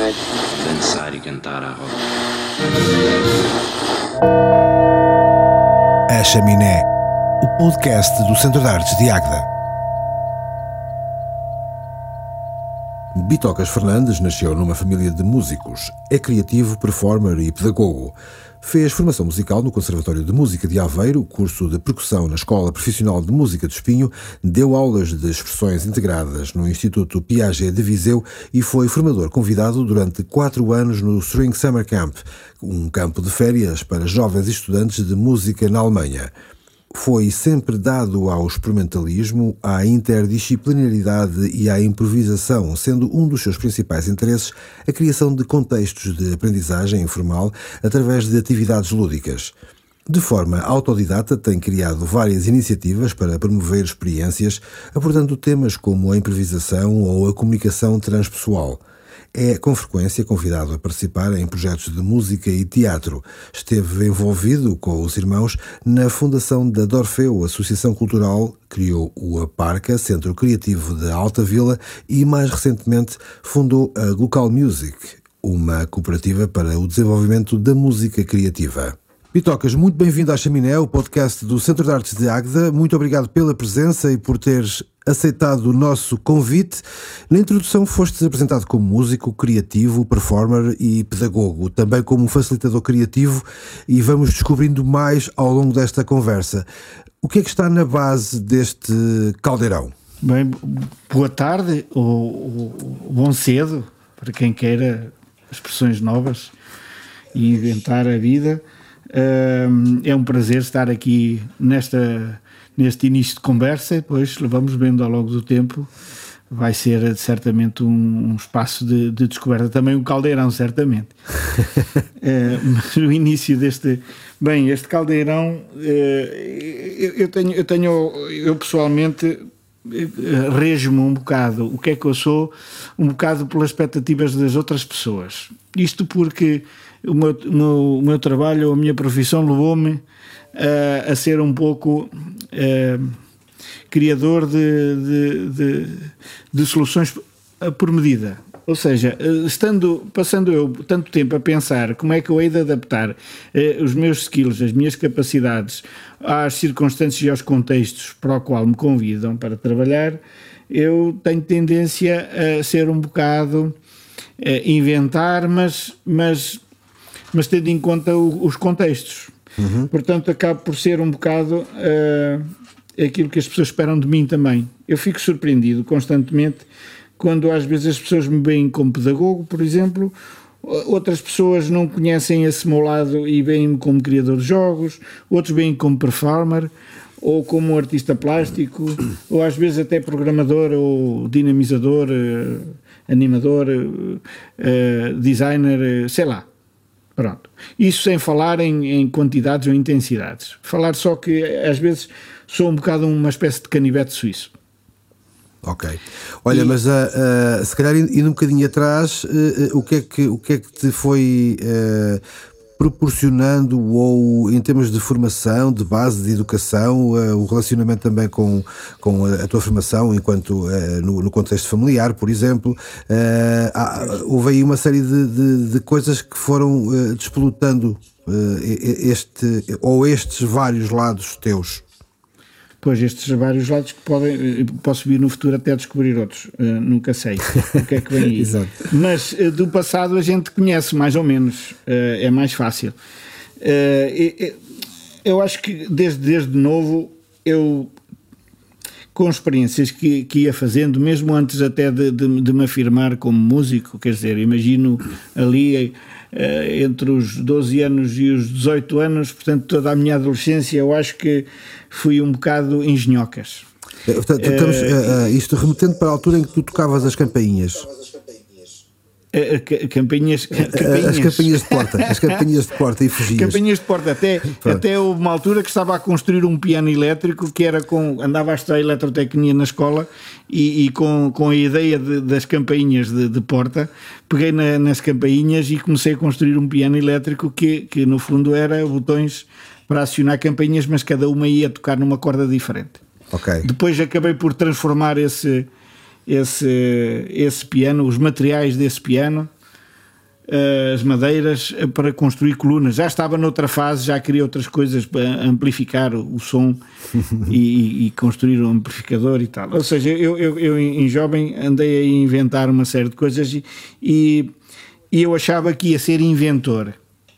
dançar e cantar à roda. A Chaminé, o podcast do Centro de Artes de Águeda. Bitocas Fernandes nasceu numa família de músicos. É criativo, performer e pedagogo. Fez formação musical no Conservatório de Música de Aveiro, curso de percussão na Escola Profissional de Música de Espinho, deu aulas de expressões integradas no Instituto Piaget de Viseu e foi formador convidado durante 4 anos no String Summer Camp, um campo de férias para jovens estudantes de música na Alemanha. Foi sempre dado ao experimentalismo, à interdisciplinaridade e à improvisação, sendo um dos seus principais interesses a criação de contextos de aprendizagem informal através de atividades lúdicas. De forma autodidata, tem criado várias iniciativas para promover experiências, abordando temas como a improvisação ou a comunicação transpessoal. É com frequência convidado a participar em projetos de música e teatro. Esteve envolvido com os irmãos na fundação da Dorfeu, Associação Cultural, criou o Aparca, Centro Criativo de Alta Vila e, mais recentemente, fundou a Local Music, uma cooperativa para o desenvolvimento da música criativa. Bitocas, muito bem-vindo à Chaminé, o podcast do Centro de Artes de Águeda. Muito obrigado pela presença e por teres aceitado o nosso convite. Na introdução fostes apresentado como músico, criativo, performer e pedagogo, também como facilitador criativo, e vamos descobrindo mais ao longo desta conversa. O que é que está na base deste caldeirão? Bem, boa tarde ou bom cedo, para quem queira expressões novas e inventar a vida. É um prazer estar aqui neste início de conversa, depois vamos vendo ao longo do tempo, vai ser certamente um espaço de descoberta, também um caldeirão, certamente. Mas o início este caldeirão, eu pessoalmente rejo-me um bocado, o que é que eu sou, um bocado pelas expectativas das outras pessoas. Isto porque o meu trabalho, a minha profissão levou-me a ser um pouco criador de soluções por medida. Ou seja, passando eu tanto tempo a pensar como é que eu hei de adaptar os meus skills, as minhas capacidades às circunstâncias e aos contextos para o qual me convidam para trabalhar, eu tenho tendência a ser um bocado inventar, mas tendo em conta os contextos. Uhum. Portanto, acabo por ser um bocado aquilo que as pessoas esperam de mim também. Eu fico surpreendido constantemente quando às vezes as pessoas me veem como pedagogo, por exemplo, outras pessoas não conhecem esse meu lado e veem-me como criador de jogos, outros veem-me como performer, ou como artista plástico, ou às vezes até programador, ou dinamizador, animador, designer, sei lá. Pronto. Isso sem falar em quantidades ou intensidades. Falar só que às vezes sou um bocado uma espécie de canivete suíço. Ok. Olha, mas se calhar indo um bocadinho atrás, o que é que te foi proporcionando, ou em termos de formação, de base, de educação, o relacionamento também com a tua formação enquanto no contexto familiar, por exemplo, houve aí uma série de coisas que foram despolutando estes vários lados teus. Pois, estes vários lados que posso vir no futuro até descobrir outros, nunca sei o que é que vem aí. Exato. Mas do passado a gente conhece mais ou menos, é mais fácil. Eu acho que desde novo, eu com experiências que ia fazendo, mesmo antes até de me afirmar como músico, quer dizer, imagino ali entre os 12 anos e os 18 anos, portanto toda a minha adolescência, eu acho que fui um bocado engenhocas. Portanto, isto remetendo para a altura em que tu tocavas as campainhas. Campainhas. As campainhas de porta e fugias. Campainhas de porta, até houve uma altura que estava a construir um piano elétrico que era andava a estudar eletrotecnia na escola e com a ideia das campainhas de porta, peguei nas campainhas e comecei a construir um piano elétrico que no fundo era botões para acionar campainhas, mas cada uma ia tocar numa corda diferente. Okay. Depois acabei por transformar esse piano, os materiais desse piano, as madeiras para construir colunas. Já estava noutra fase, já queria outras coisas para amplificar o som e construir um amplificador e tal. Ou seja, eu em jovem andei a inventar uma série de coisas e eu achava que ia ser inventor.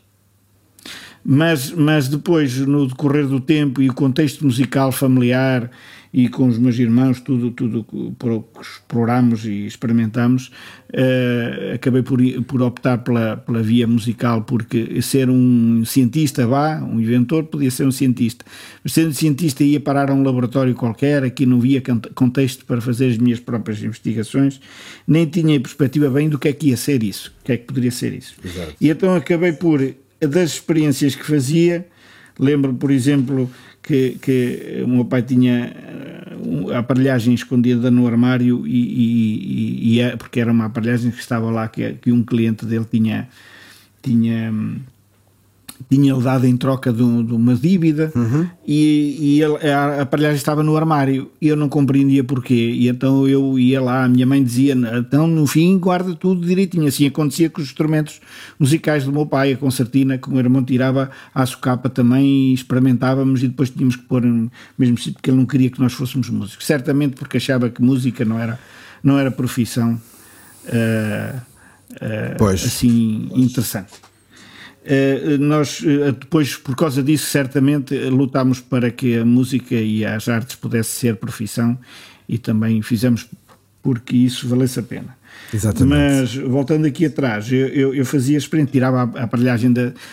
Mas depois, no decorrer do tempo e o contexto musical familiar e com os meus irmãos, tudo que exploramos e experimentamos, acabei por optar pela via musical, porque ser um cientista, um inventor, podia ser um cientista. Mas sendo cientista ia parar a um laboratório qualquer, aqui não via contexto para fazer as minhas próprias investigações, nem tinha perspectiva bem do que é que ia ser isso, o que é que poderia ser isso. Exato. E então acabei por, das experiências que fazia, lembro, por exemplo, que o meu pai tinha a aparelhagem escondida no armário porque era uma aparelhagem que estava lá, que um cliente dele tinha dado em troca de uma dívida, e a aparelhagem estava no armário e eu não compreendia porquê, e então eu ia lá, a minha mãe dizia, então no fim guarda tudo direitinho. Assim acontecia com os instrumentos musicais do meu pai, a concertina que o meu irmão tirava à socapa também, experimentávamos e depois tínhamos que pôr mesmo porque ele não queria que nós fôssemos músicos, certamente porque achava que música não era profissão assim interessante. Nós depois, por causa disso, certamente lutámos para que a música e as artes pudesse ser profissão, e também fizemos porque isso valesse a pena. Exatamente. Mas voltando aqui atrás, eu fazia experiência, tirava a aparelhagem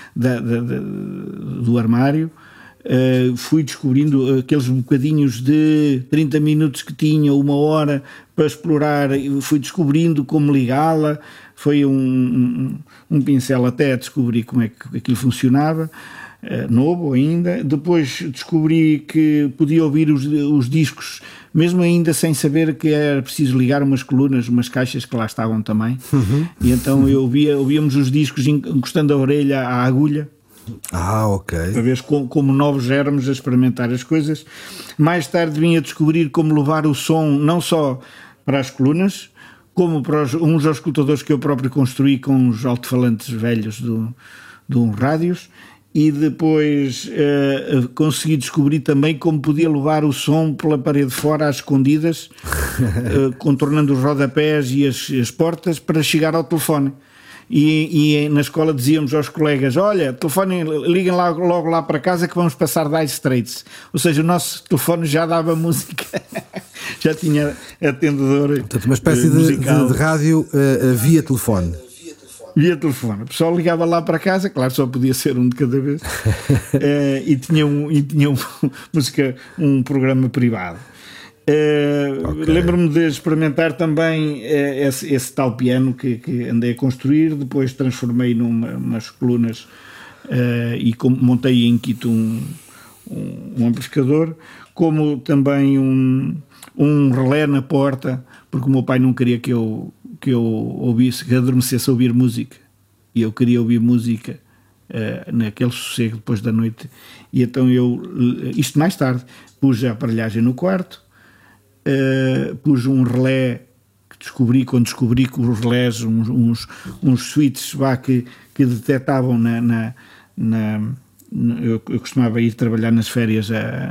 do armário, fui descobrindo aqueles bocadinhos de 30 minutos que tinha, 1 hora para explorar, fui descobrindo como ligá-la. Foi um pincel até a descobrir como é que aquilo funcionava, novo ainda. Depois descobri que podia ouvir os discos, mesmo ainda sem saber que era preciso ligar umas colunas, umas caixas que lá estavam também. E então ouvíamos os discos encostando a orelha à agulha. Ok. Para ver como novos éramos a experimentar as coisas. Mais tarde vim a descobrir como levar o som não só para as colunas, como para uns auscultadores que eu próprio construí com os alto-falantes velhos de um rádios, e depois consegui descobrir também como podia levar o som pela parede fora às escondidas, contornando os rodapés e as portas para chegar ao telefone. E na escola dizíamos aos colegas, olha, telefone, liguem logo lá para casa que vamos passar Dire Straits. Ou seja, o nosso telefone já dava música, já tinha atendedor. Portanto, uma espécie de rádio via telefone. Via telefone. O pessoal ligava lá para casa, claro, só podia ser um de cada vez, e tinha música, um programa privado. Lembro-me de experimentar também esse tal piano que andei a construir, depois transformei numas colunas e montei em Quito um amplificador, como também um relé na porta, porque o meu pai não queria que eu ouvisse, que adormecesse a ouvir música, e eu queria ouvir música naquele sossego depois da noite, e então isto mais tarde, pus a aparelhagem no quarto. Pus um relé quando descobri que os relés, uns switches que detectavam eu costumava ir trabalhar nas férias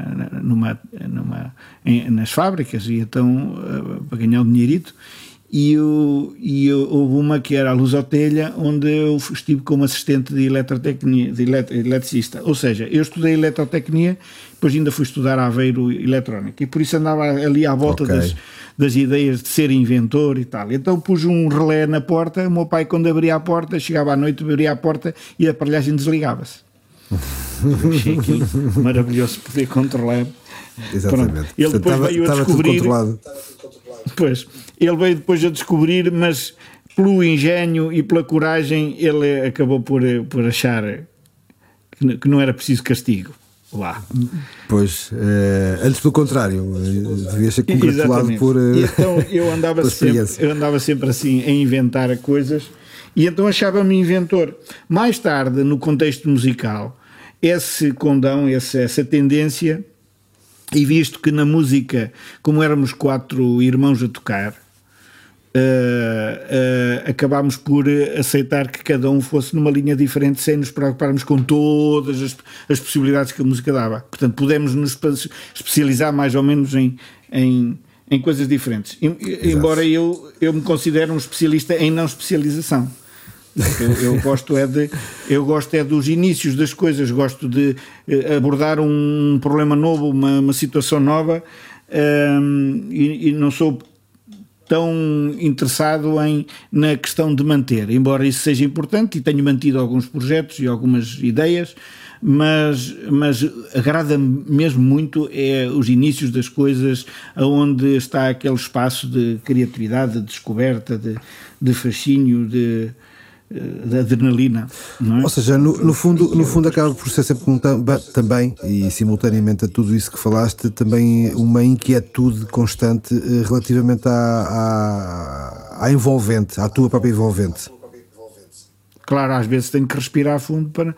nas fábricas, e então para ganhar um dinheirito, e houve uma que era a Luz ao Telha, onde eu estive como assistente de eletrotecnia, de eletricista. Ou seja, eu estudei eletrotecnia, depois ainda fui estudar Aveiro eletrónica, e por isso andava ali à volta das ideias de ser inventor e tal. Então pus um relé na porta, o meu pai, quando abria a porta, chegava à noite, abria a porta e a aparelhagem desligava-se. Eu achei aquilo maravilhoso poder controlar. Exatamente. Pronto. Ele depois veio a descobrir. Pois, ele veio depois a descobrir, mas pelo engenho e pela coragem ele acabou por achar que não era preciso castigo lá. Pois, antes pelo contrário, devia ser congratulado por então eu andava sempre assim a inventar coisas, e então achava-me inventor. Mais tarde, no contexto musical, esse condão, essa tendência, e visto que na música, como éramos 4 irmãos a tocar, acabámos por aceitar que cada um fosse numa linha diferente sem nos preocuparmos com todas as possibilidades que a música dava. Portanto, pudemos nos especializar mais ou menos em coisas diferentes. Embora eu me considere um especialista em não especialização. Eu gosto dos inícios das coisas, gosto de abordar um problema novo, uma situação nova, e não sou tão interessado na questão de manter, embora isso seja importante, e tenho mantido alguns projetos e algumas ideias, mas agrada-me mesmo muito os inícios das coisas, onde está aquele espaço de criatividade, de descoberta, de fascínio, de adrenalina, não é? Ou seja, no fundo acaba por ser sempre também, e simultaneamente a tudo isso que falaste, também uma inquietude constante relativamente à envolvente, à tua própria envolvente. Claro, às vezes tenho que respirar fundo para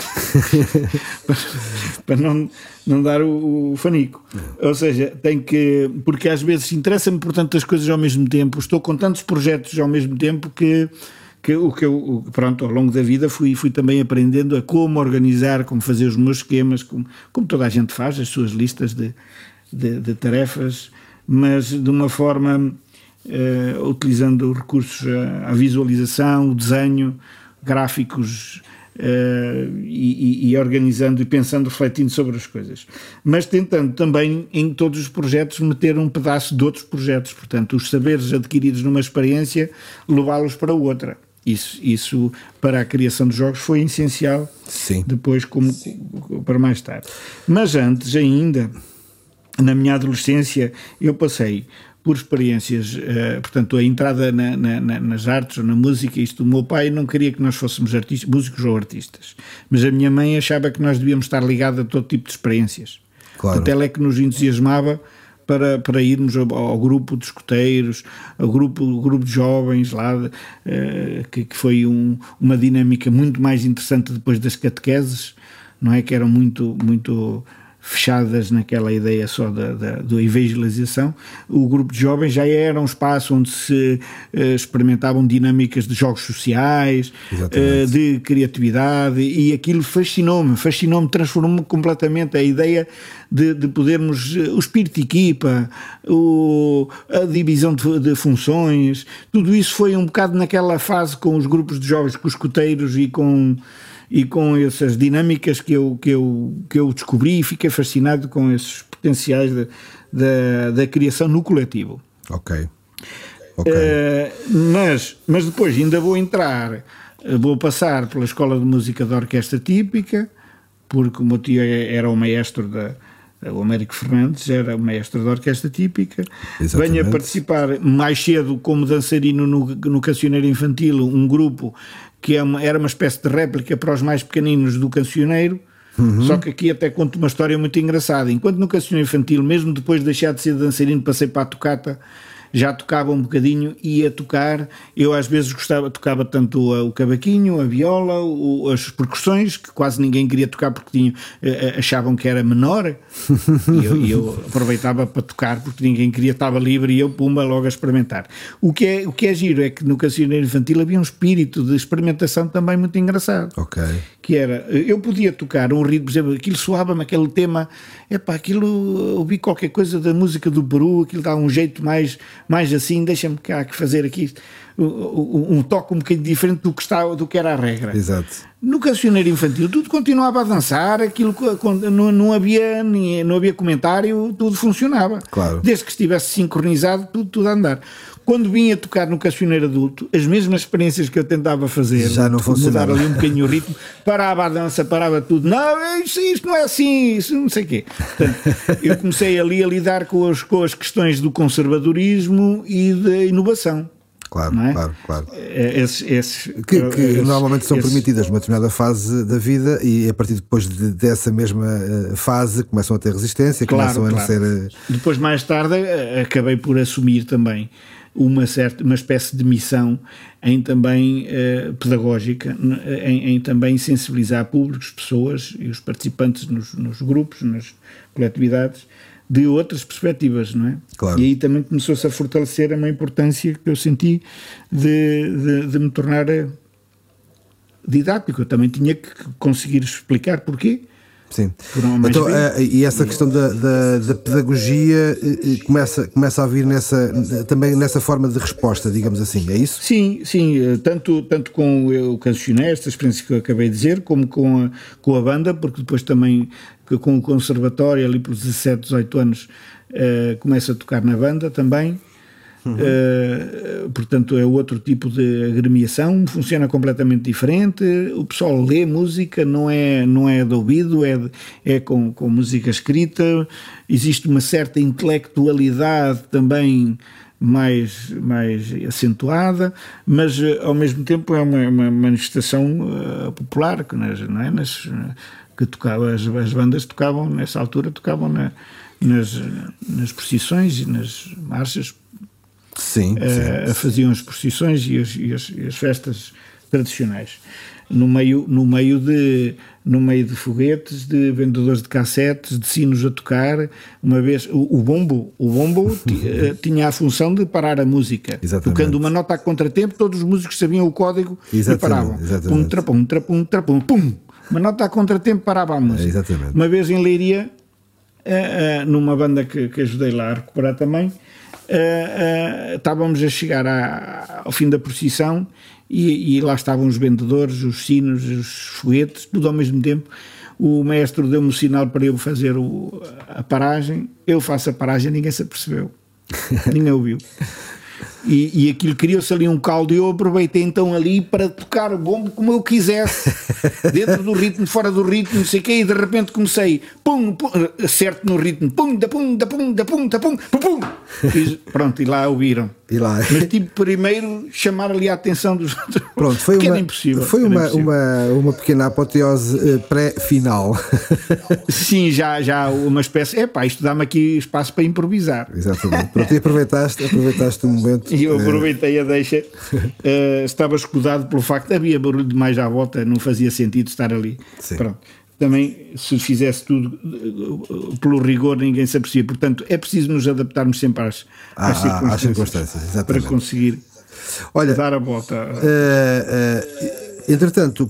não dar o fanico. Ou seja, porque às vezes interessa-me por tantas coisas ao mesmo tempo, estou com tantos projetos ao mesmo tempo que pronto, ao longo da vida fui também aprendendo a como organizar, como fazer os meus esquemas, como toda a gente faz, as suas listas de tarefas, mas de uma forma utilizando recursos à visualização, o desenho, gráficos, e organizando e pensando, refletindo sobre as coisas, mas tentando também em todos os projetos meter um pedaço de outros projetos, portanto os saberes adquiridos numa experiência, levá-los para outra. Isso para a criação de jogos foi essencial. Sim. Depois como para mais tarde. Mas antes ainda, na minha adolescência, eu passei por experiências, portanto a entrada nas artes ou na música, o meu pai não queria que nós fôssemos músicos ou artistas, mas a minha mãe achava que nós devíamos estar ligados a todo tipo de experiências. Claro. Até ela é que nos entusiasmava para irmos ao grupo de escuteiros, ao grupo de jovens lá, que foi uma dinâmica muito mais interessante depois das catequeses, não é? Que eram muito, muito fechadas naquela ideia só da evangelização. O grupo de jovens já era um espaço onde se experimentavam dinâmicas de jogos sociais, de criatividade, e aquilo fascinou-me, transformou-me completamente a ideia de podermos, o espírito de equipa, a divisão de funções, tudo isso foi um bocado naquela fase com os grupos de jovens, com os escuteiros e com essas dinâmicas que eu descobri, e fiquei fascinado com esses potenciais da criação no coletivo. Ok. Mas depois ainda vou passar pela Escola de Música da Orquestra Típica, porque o meu tio era o maestro o Américo Fernandes era o maestro da Orquestra Típica. Exatamente. Venho a participar mais cedo como dançarino no Cancioneiro Infantil, um grupo que era uma espécie de réplica para os mais pequeninos do Cancioneiro. Só que aqui até conto uma história muito engraçada. Enquanto no Cancioneiro Infantil, mesmo depois de deixar de ser dançarino, passei para a tocata, já tocava um bocadinho, ia tocar. Eu às vezes tocava tanto o cavaquinho, a viola, as percussões, que quase ninguém queria tocar porque achavam que era menor, e eu aproveitava para tocar porque ninguém queria, estava livre, e eu pumba logo a experimentar. O que é giro é que no Cancioneiro Infantil havia um espírito de experimentação também muito engraçado. Ok. Que era, eu podia tocar um ritmo, por exemplo, aquilo soava-me, aquele tema, aquilo, ouvi qualquer coisa da música do Peru, aquilo dá um jeito mais assim, deixa-me cá fazer aqui um toque um bocadinho diferente do que era a regra. Exato. No Cancioneiro Infantil tudo continuava a dançar, aquilo não havia comentário, tudo funcionava. Claro. Desde que estivesse sincronizado, tudo a andar. Quando vinha tocar no Cancioneiro Adulto, as mesmas experiências que eu tentava fazer, já não funcionava. Mudar ali um bocadinho o ritmo, parava a dança, parava tudo. Não, isto não é assim, isso não sei o quê. Portanto, eu comecei ali a lidar com as questões do conservadorismo e da inovação. Claro, é? claro. Que normalmente são permitidas numa determinada fase da vida, e a partir depois dessa mesma fase começam a ter resistência, começam a não ser... Depois, mais tarde, acabei por assumir também uma espécie de missão em também pedagógica, em também sensibilizar públicos, pessoas e os participantes nos grupos, nas coletividades, de outras perspectivas, não é? Claro. E aí também começou-se a fortalecer uma importância que eu senti de me tornar didático. Eu também tinha que conseguir explicar porquê. Sim. Então, e essa questão da pedagogia começa a vir também nessa forma de resposta, digamos assim, é isso? Sim, tanto com o cancioneiro, esta experiência que eu acabei de dizer, como com a banda, porque depois também com o conservatório, ali por 17, 18 anos, começo a tocar na banda também. Portanto é outro tipo de agremiação, funciona completamente diferente. O pessoal lê música, não é de ouvido, é com música escrita. Existe uma certa intelectualidade também mais acentuada, mas ao mesmo tempo é uma manifestação popular que, não é? Que tocava, as bandas tocavam nessa altura, tocavam nas procissões e nas marchas. Sim. Faziam as procissões e as festas tradicionais no meio de foguetes, de vendedores de cassetes, de sinos a tocar. Uma vez o bombo tinha a função de parar a música. Exatamente. Tocando uma nota a contratempo, todos os músicos sabiam o código. Exatamente. E paravam. Exatamente. Pum, trapum, trapum, trapum, pum. Uma nota a contratempo, parava a música. Exatamente. Uma vez em Leiria, numa banda que ajudei lá a recuperar também, estávamos a chegar ao fim da procissão e lá estavam os vendedores, os sinos, os foguetes, tudo ao mesmo tempo. O maestro deu-me um sinal para eu fazer a paragem. Eu faço a paragem, ninguém se apercebeu, ninguém ouviu. E aquilo criou-se ali um caldo e eu aproveitei então ali para tocar o bombo como eu quisesse, dentro do ritmo, fora do ritmo, não sei o quê, e de repente comecei, pum, certo no ritmo, pum, da pum, da pum, da pum, da pum, pum, pum. E pronto, e lá ouviram. Mas tive primeiro chamar ali a atenção dos outros. Pronto, foi era impossível. Foi uma pequena apoteose pré-final. Sim, já uma espécie. Isto dá-me aqui espaço para improvisar. Exatamente. Pronto, e aproveitaste o momento. E eu aproveitei a deixa. Estava escudado pelo facto de havia barulho demais à volta, não fazia sentido estar ali. Sim. Pronto. Também, se fizesse tudo pelo rigor, ninguém se aprecia. Portanto, é preciso nos adaptarmos sempre às circunstâncias. Exatamente. Para conseguir dar a volta. Entretanto,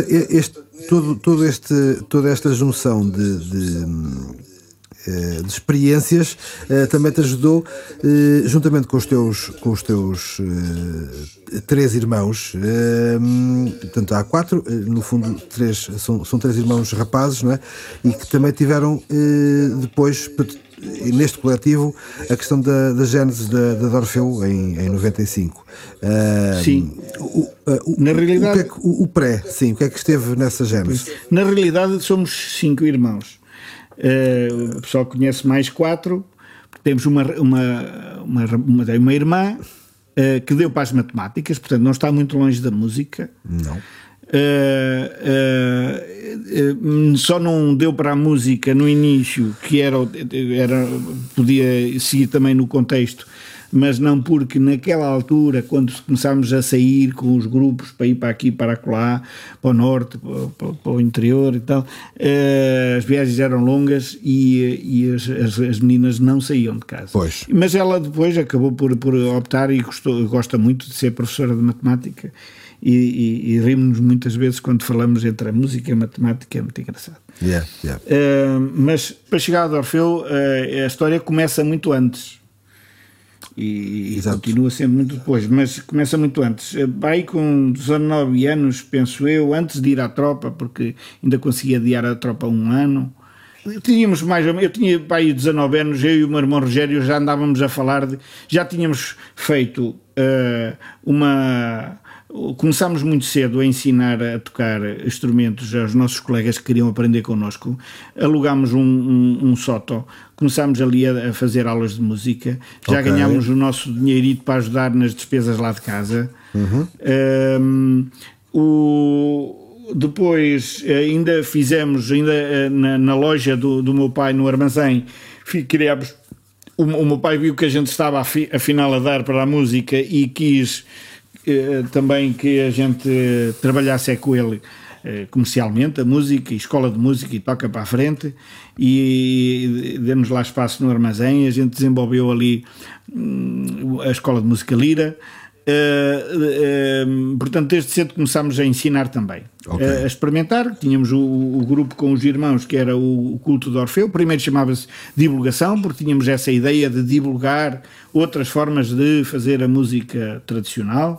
toda esta junção de experiências também te ajudou, juntamente com os teus 3 irmãos, portanto há 4, no fundo são 3 irmãos rapazes, não é? E que também tiveram depois, neste coletivo, a questão da gênese da Orfeu em 95. Sim. Na realidade, o pré, sim, o que é que esteve nessa gênese? Na realidade somos 5 irmãos. O pessoal conhece mais 4, temos uma irmã que deu para as matemáticas, portanto não está muito longe da música. Não. Só não deu para a música no início, que podia seguir também no contexto, mas não porque naquela altura, quando começámos a sair com os grupos para ir para aqui, para acolá, para o norte, para o interior e tal, as viagens eram longas e as meninas não saíam de casa. Pois. Mas ela depois acabou por optar e gosta muito de ser professora de matemática e rimos-nos muitas vezes quando falamos entre a música e a matemática, é muito engraçado. Yeah. Mas para chegar a Orfeu, a história começa muito antes. E continua sempre muito depois, mas começa muito antes. Aí com 19 anos, penso eu, antes de ir à tropa, porque ainda conseguia adiar a tropa 1 ano. Eu tinha aí 19 anos, eu e o meu irmão Rogério já andávamos a falar já tínhamos feito começámos muito cedo a ensinar a tocar instrumentos aos nossos colegas que queriam aprender connosco. Alugámos um sótão, começámos ali a fazer aulas de música, já ganhámos o nosso dinheirito para ajudar nas despesas lá de casa. Depois ainda fizemos, na loja do meu pai, no armazém, criámos. O meu pai viu que a gente estava afinal a dar para a música e quis também que a gente trabalhasse com ele comercialmente a música, e escola de música, e toca para a frente, e demos lá espaço no armazém. A gente desenvolveu ali a escola de música Lira. Portanto, desde cedo começámos a ensinar também, a experimentar. Tínhamos o grupo com os irmãos, que era o culto de Orfeu. Primeiro chamava-se divulgação, porque tínhamos essa ideia de divulgar outras formas de fazer a música tradicional,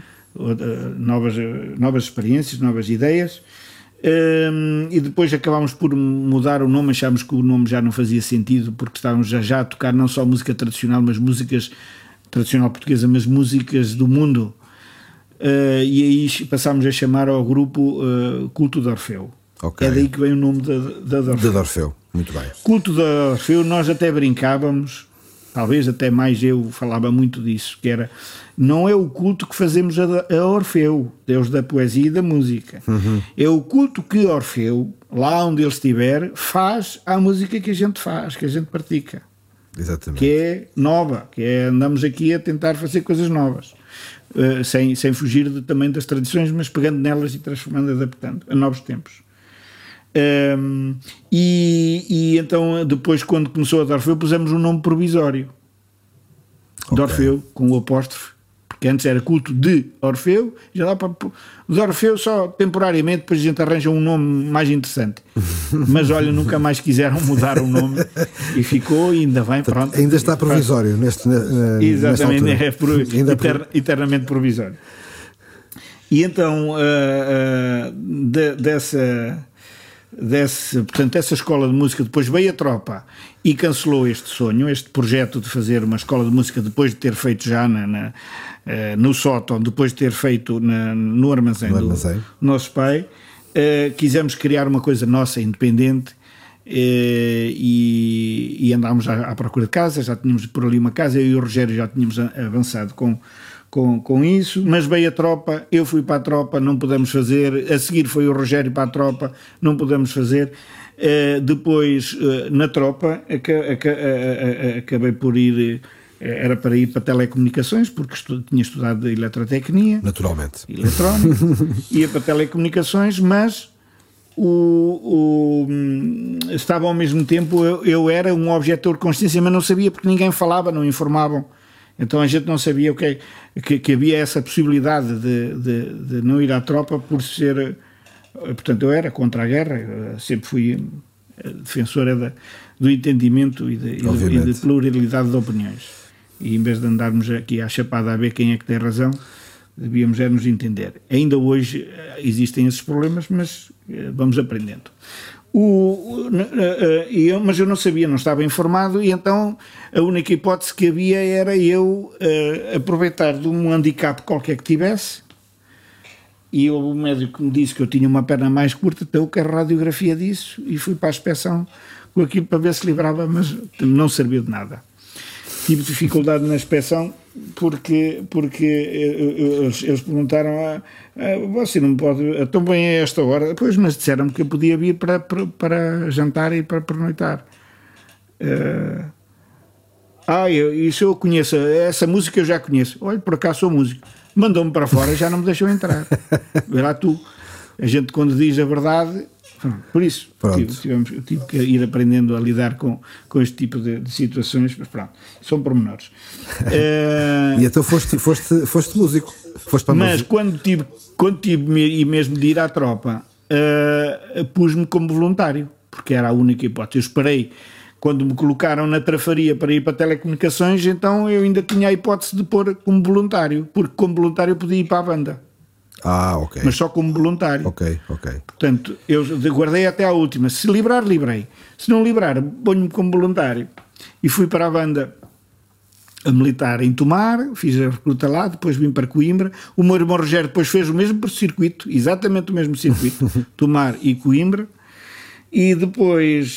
novas experiências, novas ideias. E depois acabámos por mudar o nome. Achámos que o nome já não fazia sentido, porque estávamos já a tocar não só música tradicional, mas músicas tradicional portuguesa, mas músicas do mundo, e aí passámos a chamar ao grupo Culto de Orfeu. É daí que vem o nome da Orfeu. Muito bem. Culto de Orfeu. Nós até brincávamos, talvez até mais eu falava muito disso, que era, não é o culto que fazemos a Orfeu, Deus da poesia e da música, é o culto que Orfeu, lá onde ele estiver, faz à música que a gente faz, que a gente pratica. Exatamente. Que é nova, andamos aqui a tentar fazer coisas novas, sem fugir também das tradições, mas pegando nelas e transformando, adaptando a novos tempos. E então, depois, quando começou a de Orfeu, pusemos um nome provisório, de Orfeu, com o apóstrofe, porque antes era culto de Orfeu, já dá para de Orfeu só temporariamente, depois a gente arranja um nome mais interessante. Mas olha, nunca mais quiseram mudar o nome e ficou, e ainda bem, pronto. Ainda está provisório exatamente, eternamente provisório. E então, portanto, essa escola de música, depois veio a tropa e cancelou este sonho, este projeto de fazer uma escola de música, depois de ter feito já no sótão, depois de ter feito no armazém do nosso pai. Quisemos criar uma coisa nossa, independente, e andámos à procura de casa. Já tínhamos por ali uma casa, eu e o Rogério já tínhamos avançado com isso, mas veio a tropa, eu fui para a tropa, não pudemos fazer. A seguir foi o Rogério para a tropa, não pudemos fazer. Depois, na tropa, acabei por ir, era para ir para telecomunicações, porque tinha estudado eletrotecnia. Naturalmente. Eletrónica. Ia para telecomunicações, mas estava ao mesmo tempo, eu era um objetor de consciência, mas não sabia, porque ninguém falava, não informavam. Então a gente não sabia que havia essa possibilidade de não ir à tropa por ser... Portanto, eu era contra a guerra, sempre fui defensor do entendimento e de pluralidade de opiniões. E em vez de andarmos aqui à chapada a ver quem é que tem razão, devíamos nos entender. Ainda hoje existem esses problemas, mas vamos aprendendo. Mas eu não sabia, não estava informado, e então a única hipótese que havia era eu aproveitar de um handicap qualquer que tivesse, e o médico me disse que eu tinha uma perna mais curta, então eu quero radiografia disso, e fui para a inspeção com aquilo para ver se livrava, mas não serviu de nada. Tive dificuldade na inspeção porque eles perguntaram: você não pode, tão bem a esta hora? Depois, mas disseram-me que eu podia vir para jantar e para pernoitar. Isso eu conheço, essa música eu já conheço. Olha, por acaso sou músico. Mandou-me para fora e já não me deixou entrar. Vê lá tu, a gente quando diz a verdade... Por isso, tive que ir aprendendo a lidar com este tipo de situações, mas pronto, são pormenores. E então foste músico? Foste para mas quando tive e mesmo de ir à tropa, pus-me como voluntário, porque era a única hipótese. Eu esperei, quando me colocaram na trafaria para ir para telecomunicações, então eu ainda tinha a hipótese de pôr como voluntário, porque como voluntário eu podia ir para a banda. Ok. Mas só como voluntário. Ok. Portanto, eu guardei até à última. Se livrar, livrei. Se não livrar, ponho-me como voluntário. E fui para a banda a militar em Tomar, fiz a recruta lá, depois vim para Coimbra. O meu irmão Rogério depois fez o mesmo circuito, exatamente o mesmo circuito, Tomar e Coimbra. E depois,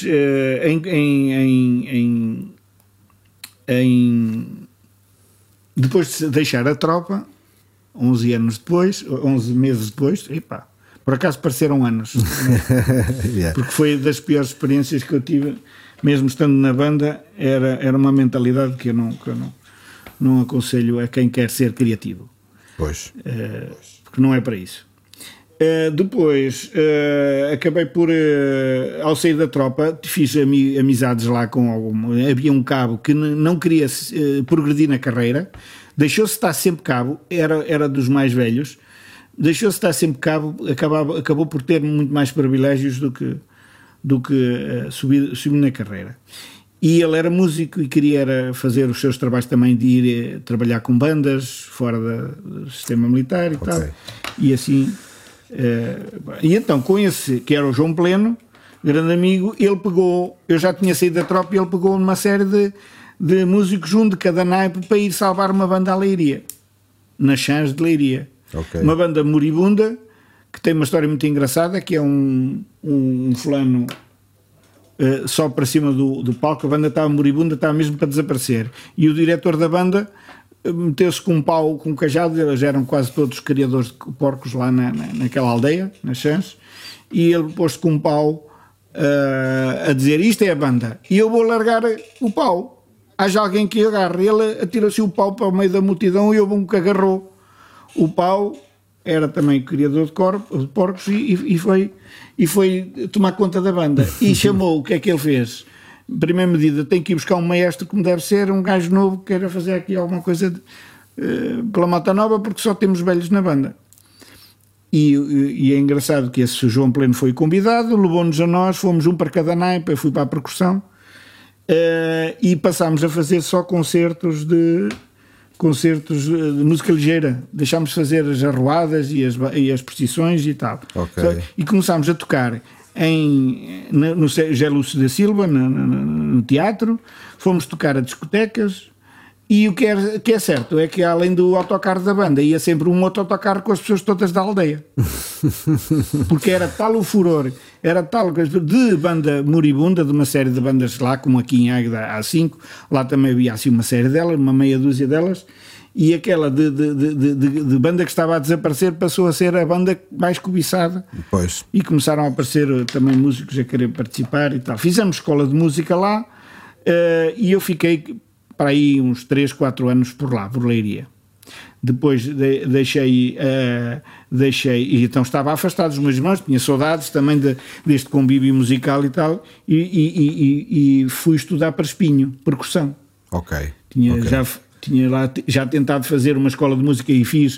depois de deixar a tropa, 11 meses depois, por acaso pareceram anos, porque foi das piores experiências que eu tive, mesmo estando na banda. Era uma mentalidade que eu não aconselho a quem quer ser criativo, porque não é para isso. Depois acabei por, ao sair da tropa, fiz amizades lá com havia um cabo que não queria progredir na carreira, deixou-se estar sempre cabo, era dos mais velhos, deixou-se estar sempre cabo, acabou por ter muito mais privilégios do que subir na carreira. E ele era músico e queria fazer os seus trabalhos também de ir trabalhar com bandas fora do sistema militar e tal. E assim... e então com esse, que era o João Pleno, grande amigo, ele pegou, eu já tinha saído da tropa e ele pegou numa série de músicos, um de cada naipe, para ir salvar uma banda à Leiria, nas Chãs de Leiria. Uma banda moribunda, que tem uma história muito engraçada, que é um fulano só para cima do palco, a banda estava moribunda, estava mesmo para desaparecer, e o diretor da banda meteu-se com um pau, com um cajado, eles eram quase todos criadores de porcos lá naquela aldeia, nas Chãs, e ele pôs-se com um pau a dizer, isto é a banda, e eu vou largar o pau, haja alguém que agarre. Ele atirou-se o pau para o meio da multidão e houve um que agarrou o pau, era também criador de porcos, e foi tomar conta da banda, e chamou, o que é que ele fez? Primeira medida, tem que ir buscar um maestro como deve ser, um gajo novo que queira fazer aqui alguma coisa pela Mata Nova, porque só temos velhos na banda. E é engraçado que esse João Pleno foi convidado, levou-nos a nós, fomos um para cada naipe, eu fui para a percussão, e passámos a fazer só concertos de música ligeira, deixámos de fazer as arruadas e as procissões e tal. E começámos a tocar no José Lúcio da Silva, no teatro, fomos tocar a discotecas, e o que é certo é que além do autocarro da banda ia sempre um outro autocarro com as pessoas todas da aldeia, porque era tal o furor, era tal de banda moribunda, de uma série de bandas lá, como aqui em Águeda há 5, lá também havia assim uma série delas, uma meia dúzia delas, e aquela de banda que estava a desaparecer passou a ser a banda mais cobiçada. E começaram a aparecer também músicos a querer participar e tal. Fizemos escola de música lá, e eu fiquei para aí uns 3, 4 anos por lá, por Leiria. Depois deixei, e então estava afastado dos meus irmãos, tinha saudades também deste convívio musical e tal, e fui estudar para Espinho, percussão. Tinha lá já tentado fazer uma escola de música e fiz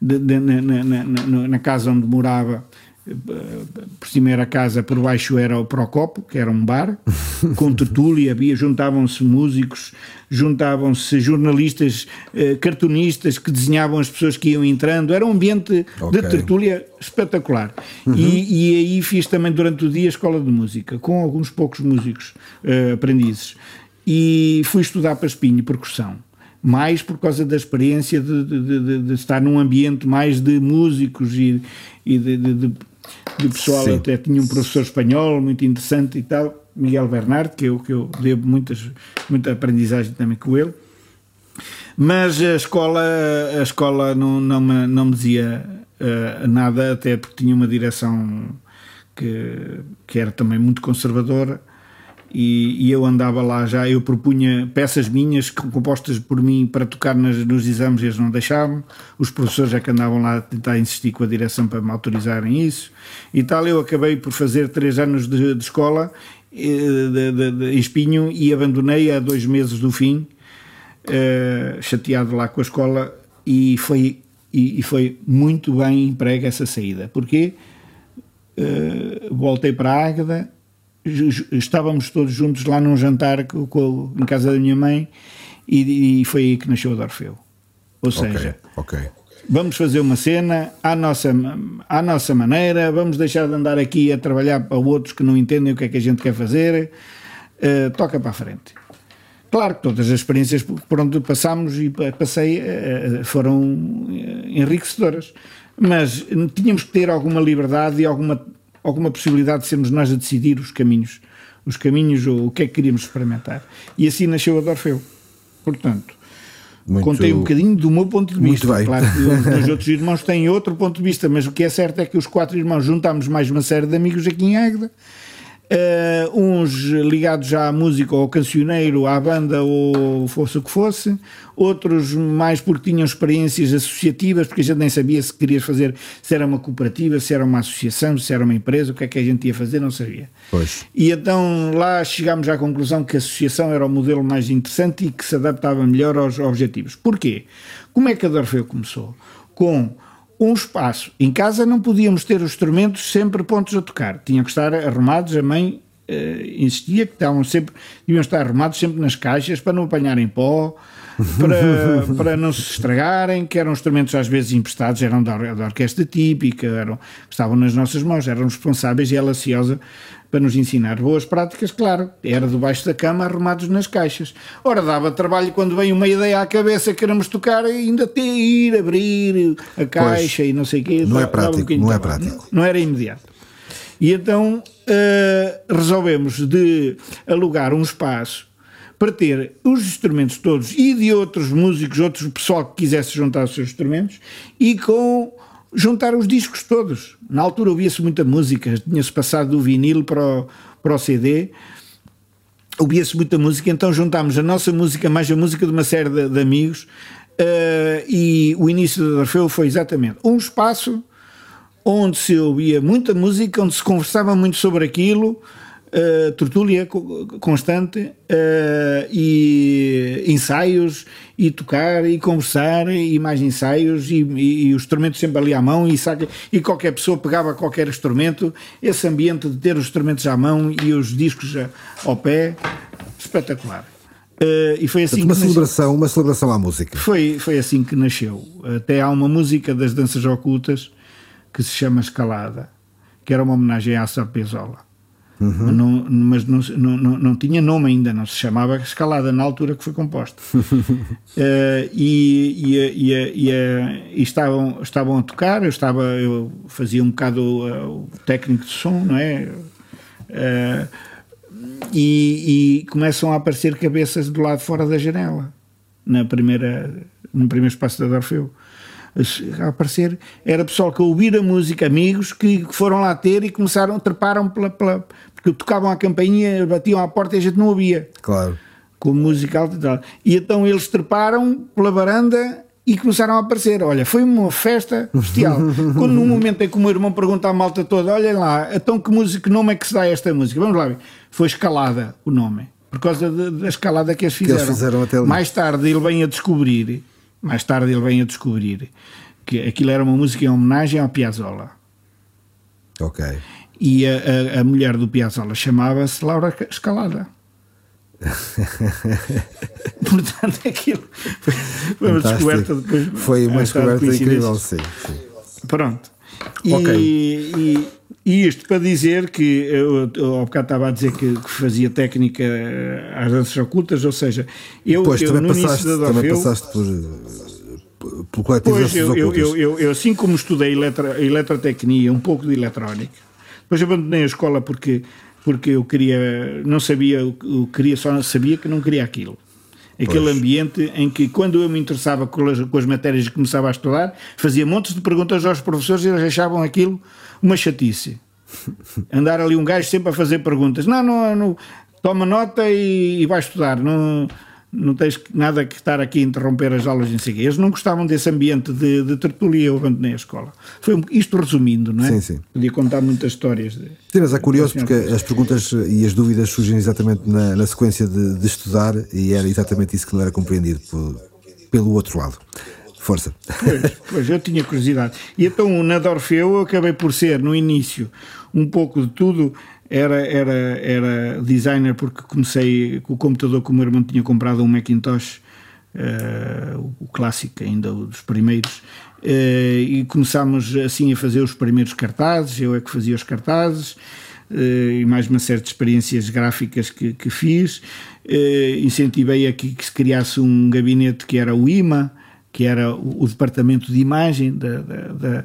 na casa onde morava. Por cima era a casa, por baixo era o Procopo, que era um bar com tertúlia, juntavam-se músicos, juntavam-se jornalistas, cartunistas que desenhavam as pessoas que iam entrando, era um ambiente de tertúlia espetacular. E aí fiz também durante o dia a escola de música com alguns poucos músicos aprendizes, e fui estudar para Espinho, percussão, mais por causa da experiência de estar num ambiente mais de músicos e de pessoal. Sim. Até tinha um professor espanhol muito interessante e tal, Miguel Bernardo, que eu devo muita aprendizagem também com ele, mas a escola não me dizia nada, até porque tinha uma direção que era também muito conservadora, e eu andava lá já, eu propunha peças minhas compostas por mim para tocar nos exames, e eles não deixavam, os professores é que andavam lá a tentar insistir com a direção para me autorizarem isso e tal. Eu acabei por fazer 3 anos de escola de Espinho, e abandonei a 2 meses do fim, chateado lá com a escola, e foi muito bem emprego essa saída, porque voltei para a Águeda. Estávamos todos juntos lá num jantar em casa da minha mãe, e foi aí que nasceu o Orfeu. Ou seja, vamos fazer uma cena à nossa maneira, vamos deixar de andar aqui a trabalhar para outros que não entendem o que é que a gente quer fazer, toca para a frente. Claro que todas as experiências por onde passámos e passei foram enriquecedoras, mas tínhamos que ter alguma liberdade e alguma possibilidade de sermos nós a decidir os caminhos, ou o que é que queríamos experimentar. E assim nasceu a Orfeu. Portanto, contei um bocadinho do meu ponto de vista. Claro que os outros irmãos têm outro ponto de vista, mas o que é certo é que os 4 irmãos juntámos mais uma série de amigos aqui em Águeda, uns ligados já à música, ou ao cancioneiro, à banda, ou fosse o que fosse, outros mais porque tinham experiências associativas, porque a gente nem sabia se queria fazer, se era uma cooperativa, se era uma associação, se era uma empresa, o que é que a gente ia fazer, não sabia. Pois. E então lá chegámos à conclusão que a associação era o modelo mais interessante e que se adaptava melhor aos objetivos. Porquê? Como é que a Orfeu começou? Com um espaço. Em casa não podíamos ter os instrumentos sempre prontos a tocar. Tinham que estar arrumados. A mãe insistia que deviam estar arrumados sempre nas caixas para não apanharem pó, para não se estragarem, que eram instrumentos às vezes emprestados, eram da orquestra típica, estavam nas nossas mãos, eram responsáveis, e ela ciosa para nos ensinar boas práticas, claro, era debaixo da cama, arrumados nas caixas. Ora, dava trabalho quando veio uma ideia à cabeça, queremos tocar, e ainda ter ir, abrir a caixa, pois, e não sei o quê. Não é prático, não é prático. Não era imediato. E então resolvemos de alugar um espaço para ter os instrumentos todos e de outros músicos, outro pessoal que quisesse juntar os seus instrumentos, e juntar os discos todos. Na altura ouvia-se muita música, tinha-se passado do vinil para o CD, ouvia-se muita música, então juntámos a nossa música mais a música de uma série de amigos, e o início da Orfeu foi exatamente um espaço onde se ouvia muita música, onde se conversava muito sobre aquilo, tertúlia constante, e ensaios, e tocar, e conversar, e mais ensaios, e os instrumentos sempre ali à mão, e qualquer pessoa pegava qualquer instrumento, esse ambiente de ter os instrumentos à mão e os discos ao pé, espetacular. E foi assim uma celebração à música. Foi assim que nasceu. Até há uma música das danças ocultas que se chama Escalada, que era uma homenagem à Sorpesola. Mas não tinha nome ainda, não se chamava Escalada na altura que foi composta. Estavam a tocar, eu fazia um bocado o técnico de som, não é? E começam a aparecer cabeças do lado de fora da janela, no primeiro espaço da Orfeu. A aparecer, era pessoal que ouvir a música, amigos que foram lá ter e treparam porque tocavam a campainha, batiam à porta e a gente não ouvia. Claro. Com música alta e tal. E então eles treparam pela varanda e começaram a aparecer. Olha, foi uma festa bestial. Quando num momento em que o meu irmão pergunta à malta toda, olhem lá, então que nome é que se dá a esta música? Vamos lá ver. Foi Escalada o nome, por causa da escalada que eles fizeram. Até ali. Mais tarde ele vem a descobrir que aquilo era uma música em homenagem ao Piazzolla. Ok. E a mulher do Piazzolla chamava-se Laura Escalada. Portanto, aquilo foi uma descoberta depois. Foi uma descoberta incrível, sim. Pronto. E isto para dizer que eu ao bocado estava a dizer que fazia técnica às danças ocultas, ou seja, eu no início da Orfeu, passaste pelo coletivo de danças ocultas. Eu assim como estudei eletrotecnia, um pouco de eletrónica, depois abandonei a escola porque eu não sabia o que queria, só sabia que não queria aquilo. Aquele ambiente em que, quando eu me interessava com as matérias e começava a estudar, fazia montes de perguntas aos professores e eles achavam aquilo uma chatice. Andar ali um gajo sempre a fazer perguntas. Não, toma nota e vai estudar. Não tens nada que estar aqui a interromper as aulas em seguida. Eles não gostavam desse ambiente de tertulia, eu abandonei a escola. Foi isto resumindo, não é? Sim. Podia contar muitas histórias. Sim, mas é curioso porque as perguntas e as dúvidas surgem exatamente na sequência de estudar, e era exatamente isso que não era compreendido pelo outro lado. Força. Pois, eu tinha curiosidade. E então, na Orfeu, eu acabei por ser, no início, um pouco de tudo. Era designer porque comecei com o computador que o meu irmão tinha comprado, um Macintosh, o clássico ainda, dos primeiros, e começámos assim a fazer os primeiros cartazes. Eu é que fazia os cartazes, e mais uma série de experiências gráficas que fiz. Incentivei a que se criasse um gabinete que era o IMA, que era o departamento de imagem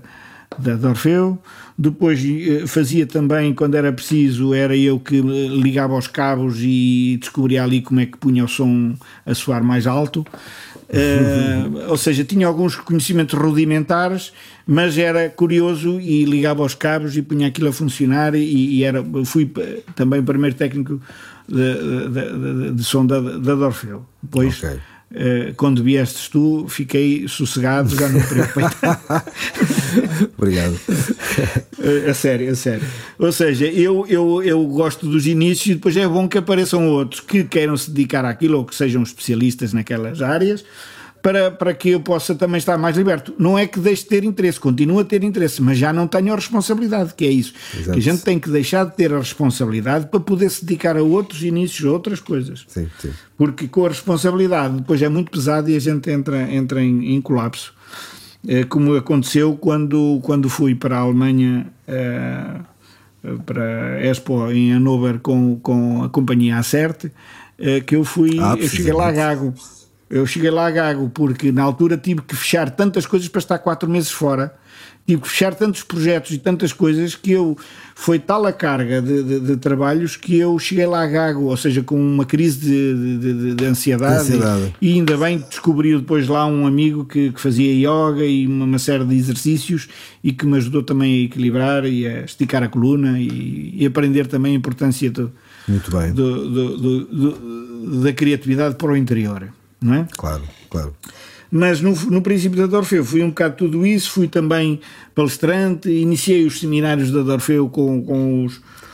de Orfeu. Depois fazia também, quando era preciso, era eu que ligava aos cabos e descobria ali como é que punha o som a soar mais alto. Ou seja, tinha alguns conhecimentos rudimentares, mas era curioso e ligava aos cabos e punha aquilo a funcionar fui também o primeiro técnico de som da Orfeu. Depois, quando viestes tu, fiquei sossegado, já não me preocupei. Obrigado. A sério. Ou seja, eu gosto dos inícios e depois é bom que apareçam outros que queiram se dedicar àquilo ou que sejam especialistas naquelas áreas para que eu possa também estar mais liberto. Não é que deixe de ter interesse, continuo a ter interesse, mas já não tenho a responsabilidade, que é isso. Exato. Que a gente tem que deixar de ter a responsabilidade para poder se dedicar a outros inícios, a outras coisas. Sim. Porque com a responsabilidade depois é muito pesado e a gente entra em colapso. Como aconteceu quando fui para a Alemanha, para a Expo em Hannover com a companhia Acerte, que eu cheguei lá a gago. Eu cheguei lá a gago porque na altura tive que fechar tantas coisas para estar 4 meses fora, tive que fechar tantos projetos e tantas coisas que foi tal a carga de trabalhos que eu cheguei lá a gago, ou seja, com uma crise de ansiedade. E ainda bem que descobri depois lá um amigo que fazia yoga e uma série de exercícios e que me ajudou também a equilibrar e a esticar a coluna e aprender também a importância Muito bem. Da criatividade para o interior. Não é? Claro. Mas no princípio da Orfeu fui um bocado tudo isso, fui também palestrante, iniciei os seminários da Orfeu com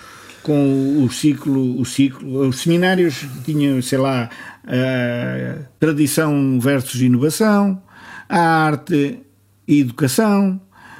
o ciclo, os seminários tinham, sei lá, tradição versus inovação, a arte e educação,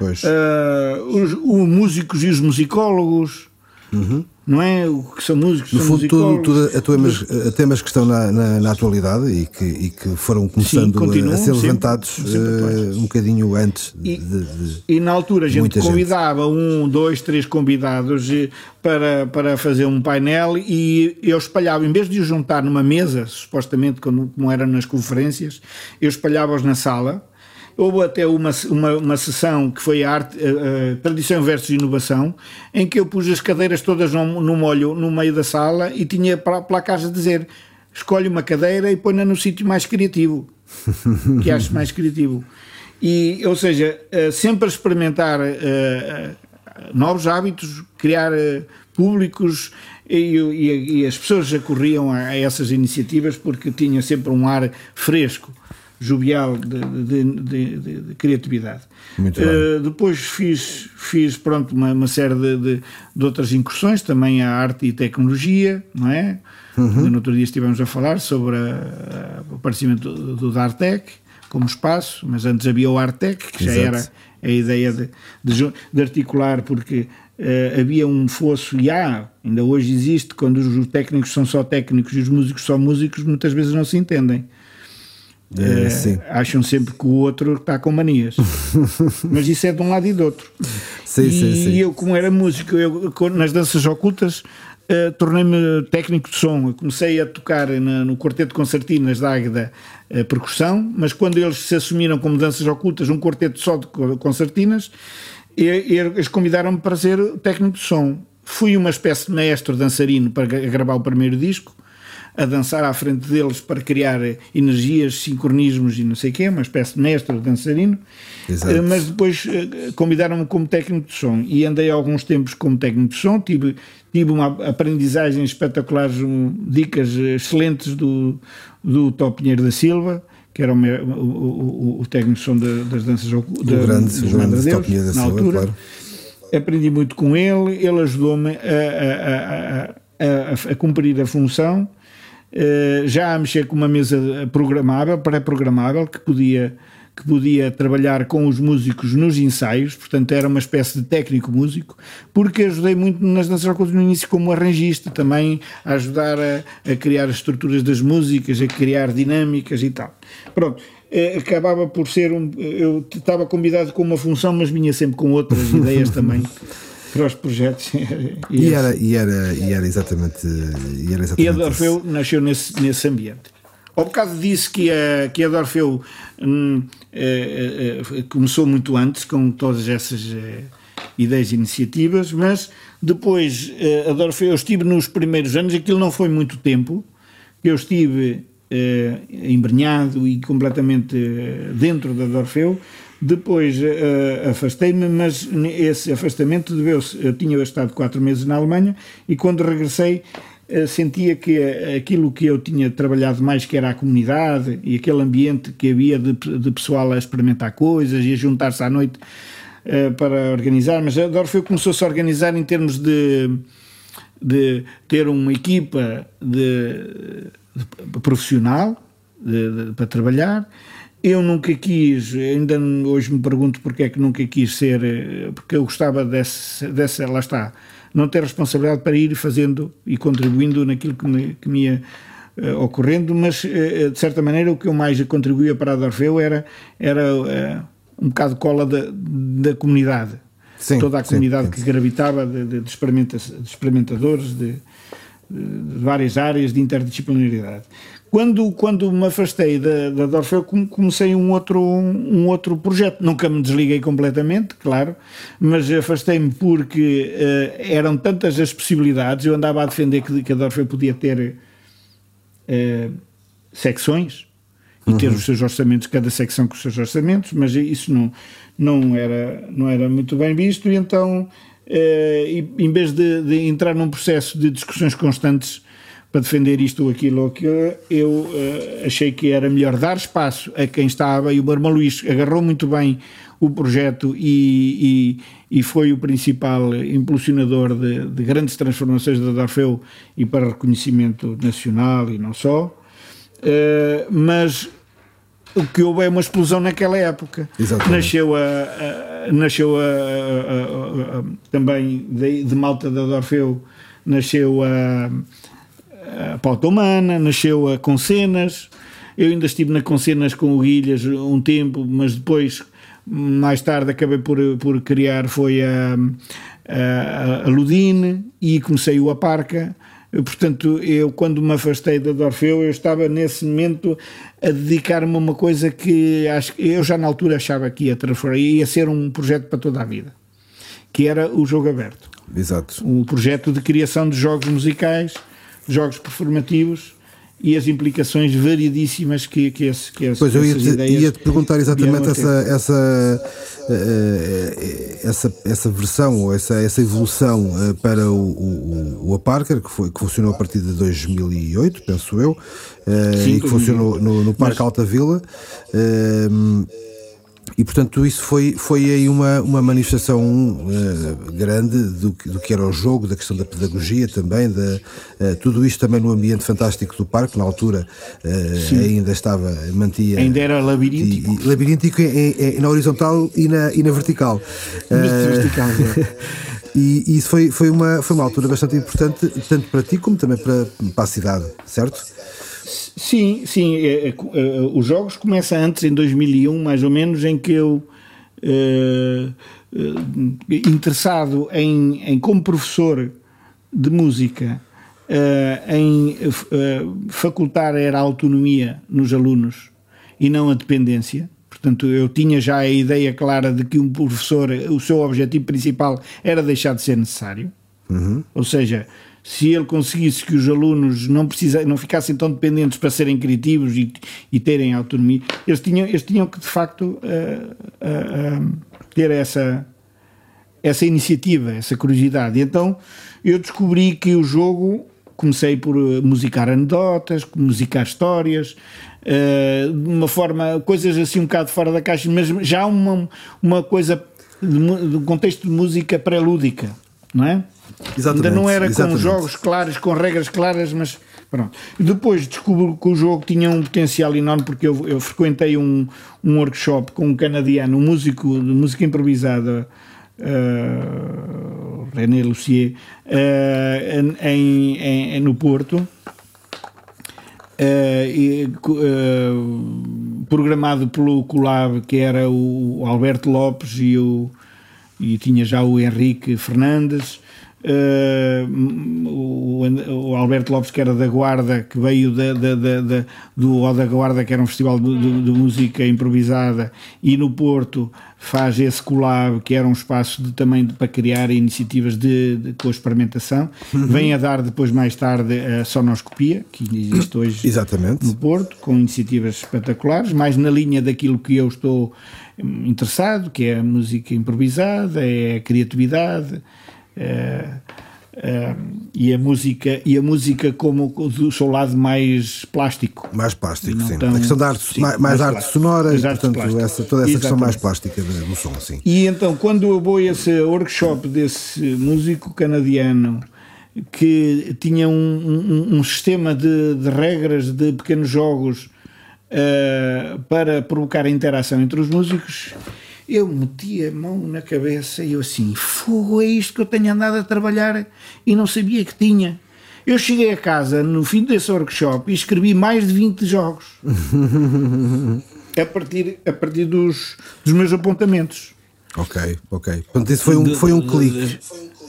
os músicos e os musicólogos. Não é? O que são músicos, no são fundo, musicólogos. temas que estão na atualidade e que foram começando a ser levantados um bocadinho antes e na altura a gente convidava 1, 2, 3 convidados para fazer um painel e eu espalhava, em vez de os juntar numa mesa, supostamente como era nas conferências, eu espalhava-os na sala. Houve até uma sessão que foi a arte, tradição versus inovação, em que eu pus as cadeiras todas no molho no meio da sala e tinha placas a dizer: escolhe uma cadeira e põe-na no sítio mais criativo, que acho mais criativo. Ou seja, sempre a experimentar novos hábitos, criar públicos, e as pessoas acorriam a essas iniciativas porque tinha sempre um ar fresco, jovial de criatividade. Muito bem. Depois fiz pronto, uma série de outras incursões, também a arte e tecnologia, não é? No outro dia estivemos a falar sobre o aparecimento do Dartec como espaço, mas antes havia o Artec, que já era a ideia de articular, porque havia um fosso, e ainda hoje existe, quando os técnicos são só técnicos e os músicos são músicos, muitas vezes não se entendem. Acham sempre que o outro está com manias, mas isso é de um lado e do outro. Sim. Eu, como era músico, nas danças ocultas, tornei-me técnico de som. Eu comecei a tocar no quarteto de concertinas da Águeda percussão, mas quando eles se assumiram como danças ocultas, um quarteto só de concertinas, eles convidaram-me para ser técnico de som. Fui uma espécie de maestro dançarino para gravar o primeiro disco, a dançar à frente deles para criar energias, sincronismos e não sei o quê, uma espécie de mestre dançarino. Mas depois convidaram-me como técnico de som e andei alguns tempos como técnico de som, tive uma aprendizagem espetacular, dicas excelentes do Tó Pinheiro da Silva, que era o técnico de som das danças ocultas, o grande Tó Pinheiro da Silva, altura. Claro. Aprendi muito com ele trabalhei a cumprir a função, já a mexer com uma mesa programável, pré-programável, que podia trabalhar com os músicos nos ensaios, portanto era uma espécie de técnico músico, porque ajudei muito nas danças ocultas no início como arranjista, também a ajudar a criar as estruturas das músicas, a criar dinâmicas e tal. Pronto, acabava por ser eu estava convidado com uma função, mas vinha sempre com outras ideias também para os projetos. E era exatamente. E a Orfeu nasceu nesse ambiente. Ao bocado disse que a de Orfeu começou muito antes, com todas essas ideias e iniciativas, mas depois a de Orfeu, eu estive nos primeiros anos, aquilo não foi muito tempo, eu estive embrenhado e completamente dentro da de Orfeu. Depois afastei-me, mas esse afastamento deveu-se, eu tinha estado 4 meses na Alemanha e quando regressei sentia que aquilo que eu tinha trabalhado mais, que era a comunidade e aquele ambiente que havia de pessoal a experimentar coisas e a juntar-se à noite para organizar, mas a de Orfeu começou-se a organizar em termos de ter uma equipa de profissional para trabalhar. Eu nunca quis, ainda hoje me pergunto porque é que nunca quis ser, porque eu gostava dessa lá está, não ter responsabilidade para ir fazendo e contribuindo naquilo que me ia ocorrendo, mas de certa maneira o que eu mais contribuía para a de Orfeu era um bocado de cola da comunidade. Sim, toda a comunidade que gravitava de experimentadores de várias áreas de interdisciplinaridade. Quando me afastei da de Orfeu, comecei um outro projeto. Nunca me desliguei completamente, claro, mas afastei-me porque eram tantas as possibilidades. Eu andava a defender que a de Orfeu podia ter secções e ter os seus orçamentos, cada secção com os seus orçamentos, mas isso não era muito bem visto, e então, em vez de entrar num processo de discussões constantes para defender isto ou aquilo, eu achei que era melhor dar espaço a quem estava, e o meu irmão Luís agarrou muito bem o projeto e foi o principal impulsionador de grandes transformações da de Orfeu e para reconhecimento nacional e não só, mas o que houve é uma explosão naquela época. Exatamente. Nasceu também de malta da de Orfeu, nasceu a Pauta Humana, nasceu a Concenas. Eu ainda estive na Concenas com o Guilhas um tempo, mas depois, mais tarde, acabei por criar, foi a Ludine, e comecei o Aparca. Portanto, eu, quando me afastei da de Orfeu, eu estava nesse momento a dedicar-me a uma coisa que eu já na altura achava que ia ser um projeto para toda a vida, que era o Jogo Aberto. Exato. Um projeto de criação de jogos musicais, jogos performativos e as implicações variedíssimas que pois eu ia-te perguntar exatamente essa versão ou essa evolução para o Aparca, que funcionou a partir de 2008, penso eu. Sim, e que funcionou no Parque Alta Vila. E portanto isso foi aí uma manifestação grande do que era o jogo, da questão da pedagogia também, tudo isto também no ambiente fantástico do parque. Na altura ainda mantinha... Ainda era labiríntico. Labiríntico na horizontal e na vertical. E isso foi uma altura bastante importante, tanto para ti como também para a cidade, certo? Sim, os jogos começam antes, em 2001 mais ou menos, em que eu, interessado em como professor de música, em facultar era a autonomia nos alunos e não a dependência. Portanto, eu tinha já a ideia clara de que um professor, o seu objetivo principal era deixar de ser necessário. Ou seja, se ele conseguisse que os alunos não ficassem tão dependentes para serem criativos e terem autonomia, eles tinham que de facto ter essa iniciativa, essa curiosidade. E então eu descobri que o jogo, comecei por musicar anedotas, musicar histórias, de uma forma, coisas assim um bocado fora da caixa, mas já uma coisa de um contexto de música pré-lúdica, não é? Exatamente, ainda não era com jogos claros, com regras claras, mas pronto. Depois descobri que o jogo tinha um potencial enorme, porque eu frequentei um workshop com um canadiano, um músico de música improvisada, René Lucier, no Porto, programado pelo Colab, que era o Alberto Lopes e tinha já o Henrique Fernandes. o Alberto Lopes, que era da Guarda, que veio do O da Guarda, que era um festival de música improvisada, e no Porto faz esse collab, que era um espaço também para criar iniciativas com a experimentação. Vem a dar depois, mais tarde, a Sonoscopia, que existe hoje Exatamente. no Porto, com iniciativas espetaculares, mais na linha daquilo que eu estou interessado, que é a música improvisada, é a criatividade, e a música como do seu lado mais plástico. Mais plástico, sim. Tão, a questão da arte, sim, mais arte sonora, e portanto toda essa questão mais plástica plástica do som, sim. E então, quando eu vou a esse workshop desse músico canadiano, que tinha um sistema de regras, de pequenos jogos para provocar a interação entre os músicos, eu meti a mão na cabeça e eu assim, fogo, é isto que eu tenho andado a trabalhar e não sabia que tinha. Eu cheguei a casa no fim desse workshop e escrevi mais de 20 jogos a partir dos meus apontamentos. Ok. Portanto, isso foi um clique.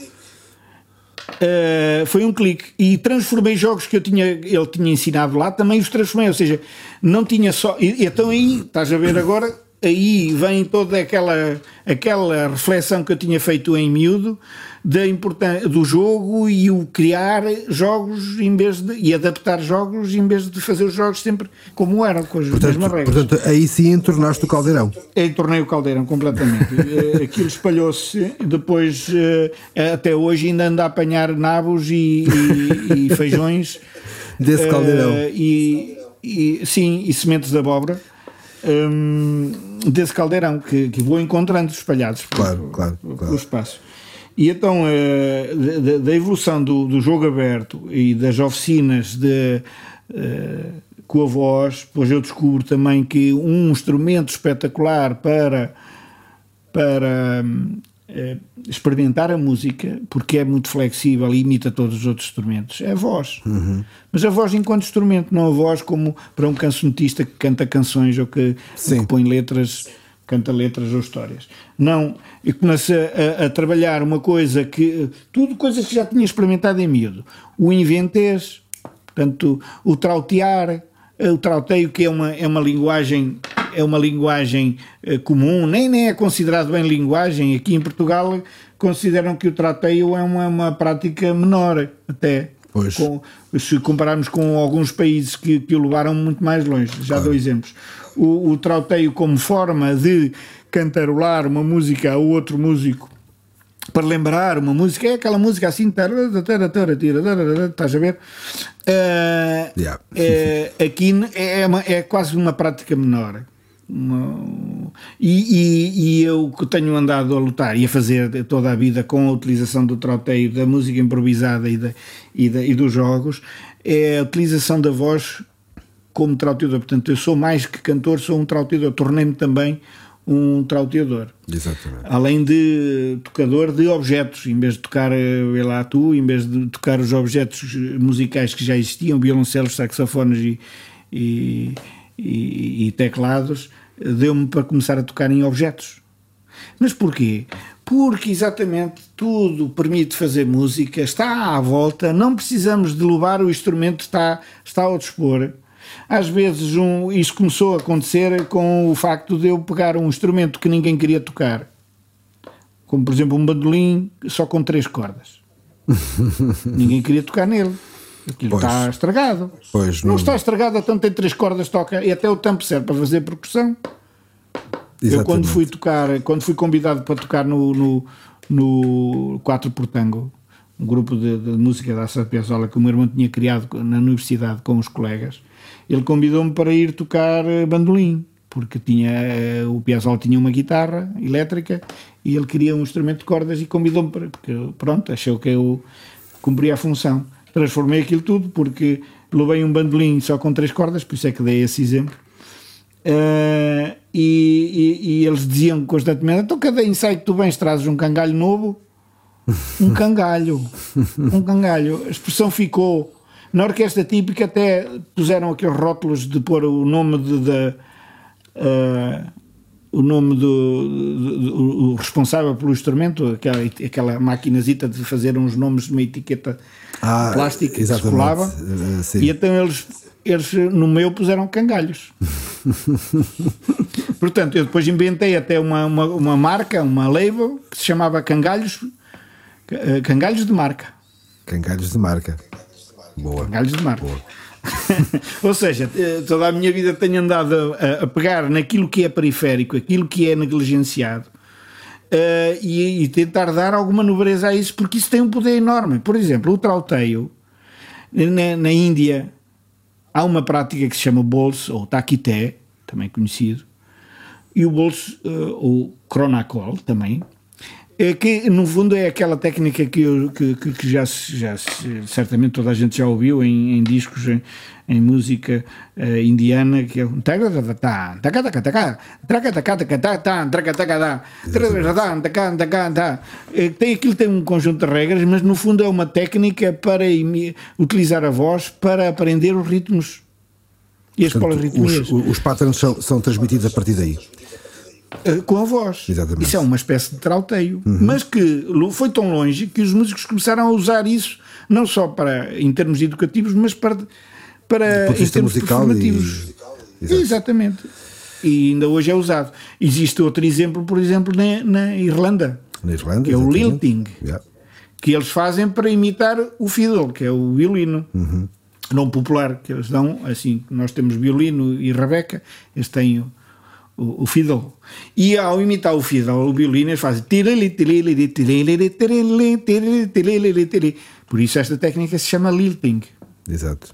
Foi um clique, e transformei jogos que ele tinha ensinado lá, também os transformei, ou seja, não tinha só. Então aí, estás a ver agora, aí vem toda aquela reflexão que eu tinha feito em miúdo da importância do jogo e o criar jogos e adaptar jogos em vez de fazer os jogos sempre como eram, com as mesmas regras. Portanto, aí sim entornaste o caldeirão. Entornei o caldeirão completamente. Aquilo espalhou-se, depois até hoje ainda ando a apanhar nabos e feijões desse caldeirão. Sim, e sementes de abóbora. Desse caldeirão que vou encontrando espalhados pelo espaço. E então, da evolução do jogo aberto e das oficinas com a voz, depois eu descubro também que um instrumento espetacular para experimentar a música, porque é muito flexível e imita todos os outros instrumentos, é a voz. Mas a voz enquanto instrumento, não a voz como para um cancionetista que canta canções ou que põe letras, canta letras ou histórias. Não, eu comecei a trabalhar uma coisa coisas que já tinha experimentado em miúdo. O inventez, portanto, o trautear, o trauteio, que é uma linguagem comum, nem é considerado bem linguagem. Aqui em Portugal consideram que o trauteio é uma prática menor, até. Se compararmos com alguns países que o levaram muito mais longe. Já dou exemplos. O trauteio como forma de cantarolar uma música a outro músico, para lembrar uma música, é aquela música assim, estás a ver? Aqui é quase uma prática menor. E eu que tenho andado a lutar e a fazer toda a vida com a utilização do trauteio, da música improvisada e dos jogos, é a utilização da voz como trauteador. Portanto, eu sou mais que cantor, sou um trauteador, tornei-me também um trauteador. Exatamente. Além de tocador de objetos, em vez de tocar, em vez de tocar os objetos musicais que já existiam, violoncelos, saxofones e teclados, deu-me para começar a tocar em objetos. Mas porquê? Porque exatamente tudo permite fazer música, está à volta, não precisamos de levar o instrumento, está ao dispor. Às vezes isso começou a acontecer com o facto de eu pegar um instrumento que ninguém queria tocar, como por exemplo um bandolim só com 3 cordas. Ninguém queria tocar nele. Aquilo está estragado. Não está estragado, então tem 3 cordas, toca, e até o tampo serve para fazer percussão. Exatamente. Eu quando fui convidado para tocar no 4 por Tango, um grupo de música da Astor Piazzolla que o meu irmão tinha criado na universidade com os colegas, ele convidou-me para ir tocar bandolim, porque o Piazzolla tinha uma guitarra elétrica e ele queria um instrumento de cordas e convidou-me porque pronto, achou que eu cumpria a função. Transformei aquilo tudo, porque levei um bandolim só com 3 cordas, por isso é que dei esse exemplo. E eles diziam constantemente: então cada ensaio que tu vens trazes um cangalho novo. Um cangalho. A expressão ficou. Na orquestra típica até puseram aqueles rótulos de pôr o nome o nome do responsável pelo instrumento, aquela maquinazita de fazer uns nomes de uma etiqueta plástica que se colava, e então eles no meu puseram Cangalhos. Portanto, eu depois inventei até uma marca, uma label, que se chamava Cangalhos de Marca. Cangalhos de Marca. Boa. Cangalhos de Marca. Boa. Ou seja, toda a minha vida tenho andado a pegar naquilo que é periférico, aquilo que é negligenciado, e tentar dar alguma nobreza a isso, porque isso tem um poder enorme. Por exemplo, o trauteio, na Índia, há uma prática que se chama bols, ou taquité, também conhecido, e o bols, ou cronacol, também, que no fundo é aquela técnica que já certamente toda a gente já ouviu em discos, em música indiana, que é um tem um conjunto de regras, mas no fundo é uma técnica para utilizar a voz para aprender os ritmos e as polarritmias. Os patterns são transmitidos a partir daí. Com a voz. Exatamente. Isso é uma espécie de trauteio, mas que foi tão longe que os músicos começaram a usar isso não só em termos educativos, mas para em termos performativos. Exatamente. E ainda hoje é usado. Existe outro exemplo, por exemplo, na Irlanda. Na Irlanda, que é o lilting, que eles fazem para imitar o fiddle, que é o violino. Não popular, que eles dão, assim, nós temos violino e rabeca, eles têm o fiddle. E ao imitar o fiddle, o violino, eles fazem. Por isso esta técnica se chama lilting. Exato.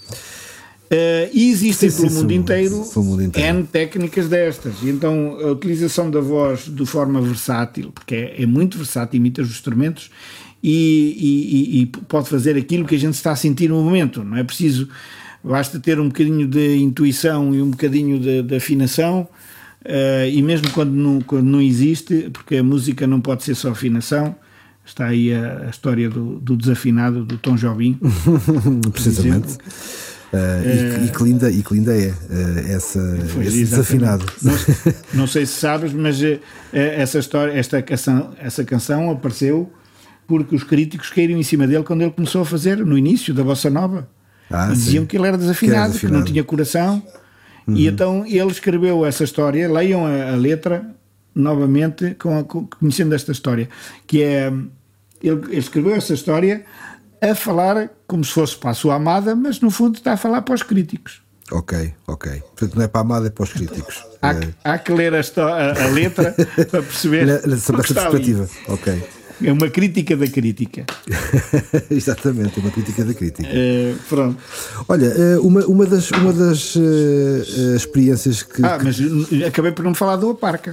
E existem pelo mundo inteiro N técnicas destas. E então a utilização da voz de forma versátil, porque é muito versátil, imita os instrumentos e pode fazer aquilo que a gente está a sentir no momento. Não é preciso, basta ter um bocadinho de intuição e um bocadinho de afinação. E mesmo quando não existe, porque a música não pode ser só afinação, está aí a história do desafinado do Tom Jobim. Precisamente. E que linda é esse desafinado. Não sei se sabes, mas essa história, essa canção apareceu porque os críticos caíram em cima dele quando ele começou a fazer no início da Bossa Nova. E diziam que ele era desafinado, que não tinha coração. E então ele escreveu essa história. Leiam a letra novamente conhecendo esta história, que é ele escreveu essa história a falar como se fosse para a sua amada, mas no fundo está a falar para os críticos. Ok. Portanto, não é para a amada, é para os críticos. Há que ler a letra para perceber essa perspectiva. Ok. É uma crítica da crítica. Exatamente, uma crítica da crítica. Pronto. Olha, uma das experiências que... mas acabei por não falar do Aparca.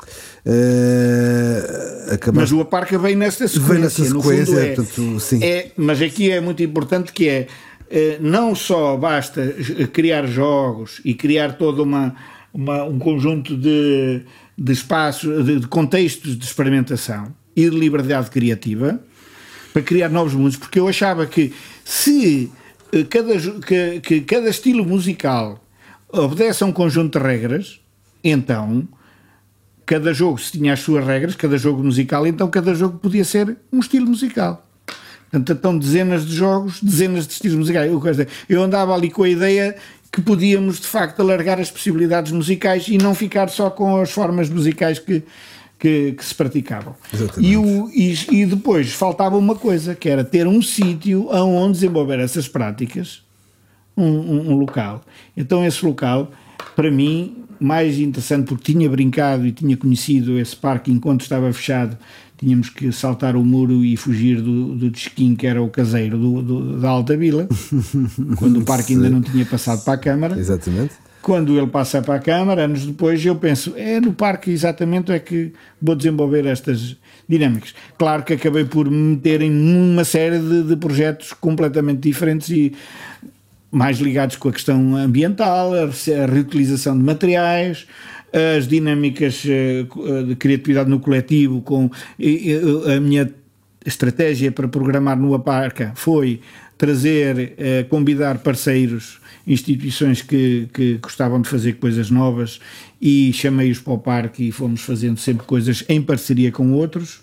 Mas o Aparca vem nesta sequência. No fundo portanto, sim. Mas aqui é muito importante que não só basta criar jogos e criar todo um conjunto de espaços, de contextos de experimentação e de liberdade criativa para criar novos mundos, porque eu achava que se cada estilo musical obedece a um conjunto de regras, então cada jogo, se tinha as suas regras, cada jogo musical, então cada jogo podia ser um estilo musical. Portanto, então dezenas de jogos, dezenas de estilos musicais. Eu andava ali com a ideia que podíamos de facto alargar as possibilidades musicais e não ficar só com as formas musicais que se praticavam. E depois faltava uma coisa, que era ter um sítio onde desenvolver essas práticas, um local. Então esse local, para mim, mais interessante, porque tinha brincado e tinha conhecido esse parque enquanto estava fechado, tínhamos que saltar o muro e fugir do desquim que era o caseiro da Alta Vila, quando o parque ainda não tinha passado para a Câmara. Exatamente. Quando ele passa para a Câmara, anos depois, eu penso, no parque exatamente é que vou desenvolver estas dinâmicas. Claro que acabei por me meter em uma série de projetos completamente diferentes e mais ligados com a questão ambiental, a reutilização de materiais, as dinâmicas de criatividade no coletivo. A minha estratégia para programar no Aparca foi convidar parceiros instituições que gostavam de fazer coisas novas e chamei-os para o parque e fomos fazendo sempre coisas em parceria com outros.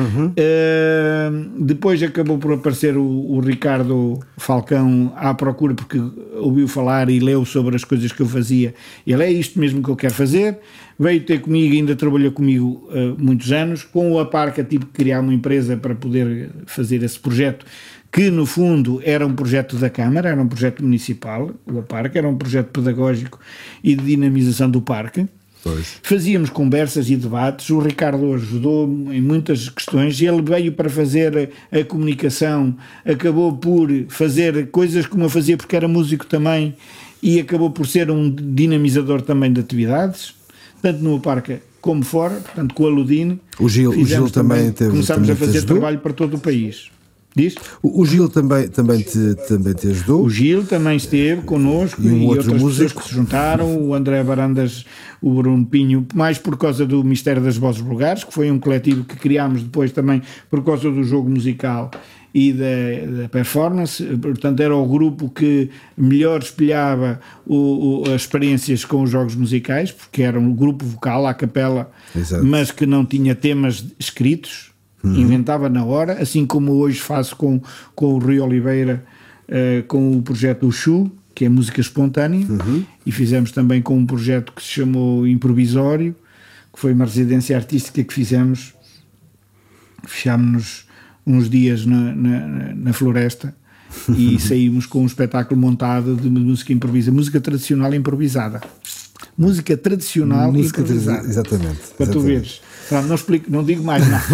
Depois acabou por aparecer o Ricardo Falcão à procura, porque ouviu falar e leu sobre as coisas que eu fazia. Ele: é isto mesmo que eu quero fazer. Veio ter comigo, ainda trabalhou comigo muitos anos. Com o Aparca tive que criar uma empresa para poder fazer esse projeto, que no fundo era um projeto da Câmara, era um projeto municipal. O Aparca era um projeto pedagógico e de dinamização do parque. Pois. Fazíamos conversas e debates. O Ricardo ajudou-me em muitas questões. Ele veio para fazer a comunicação, acabou por fazer coisas como eu fazia, porque era músico também, e acabou por ser um dinamizador também de atividades, tanto no Aparca como fora, portanto com a Ludine. O Gil também teve. Começámos também a fazer trabalho para todo o país. Diz? O Gil também te ajudou? O Gil também esteve connosco e outras pessoas que se juntaram, o André Barandas, o Bruno Pinho, mais por causa do Mistério das Vozes Vulgares, que foi um coletivo que criámos depois também por causa do jogo musical e da performance. Portanto, era o grupo que melhor espelhava as experiências com os jogos musicais, porque era um grupo vocal, à capela, exato, mas que não tinha temas escritos. Inventava na hora, assim como hoje faço com o Rui Oliveira, com o projeto Uxu, que é música espontânea, e fizemos também com um projeto que se chamou Improvisório, que foi uma residência artística que fizemos. Fechámos-nos uns dias na floresta e saímos com um espetáculo montado de música improvisada, música tradicional improvisada. Música tradicional improvisada. Exatamente. Para tu veres. Não explico, não digo mais nada.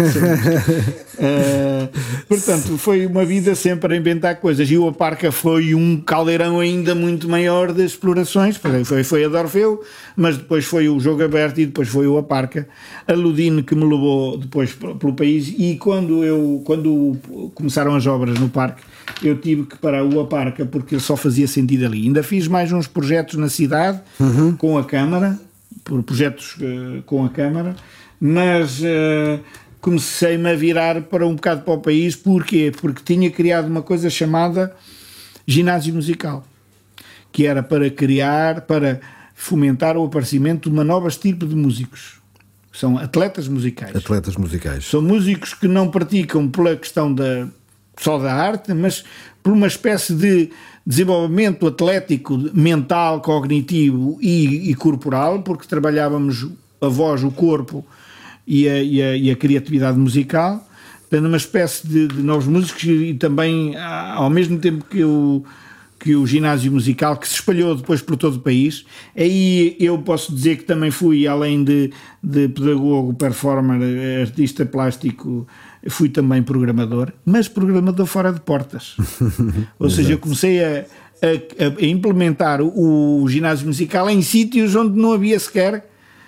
Portanto, foi uma vida sempre a inventar coisas. E o Aparca foi um caldeirão ainda muito maior de explorações. Foi a Dorfeu, mas depois foi o Jogo Aberto e depois foi o Aparca. A Ludine que me levou depois pelo país. E quando começaram as obras no parque, eu tive que parar o Aparca porque só fazia sentido ali. Ainda fiz mais uns projetos na cidade com a Câmara, com a Câmara, mas comecei-me a virar para um bocado para o país. Porquê? Porque tinha criado uma coisa chamada ginásio musical, que era para fomentar o aparecimento de uma nova estirpe de músicos. São atletas musicais. Atletas musicais. São músicos que não praticam pela questão só da arte, mas por uma espécie de desenvolvimento atlético, mental, cognitivo e corporal, porque trabalhávamos a voz, o corpo e a criatividade musical, tendo uma espécie de novos músicos. E também, ao mesmo tempo que o ginásio musical, que se espalhou depois por todo o país. Aí eu posso dizer que também fui, além de pedagogo, performer, artista plástico, fui também programador, mas programador fora de portas. Ou seja, eu comecei a implementar o ginásio musical em sítios onde não havia sequer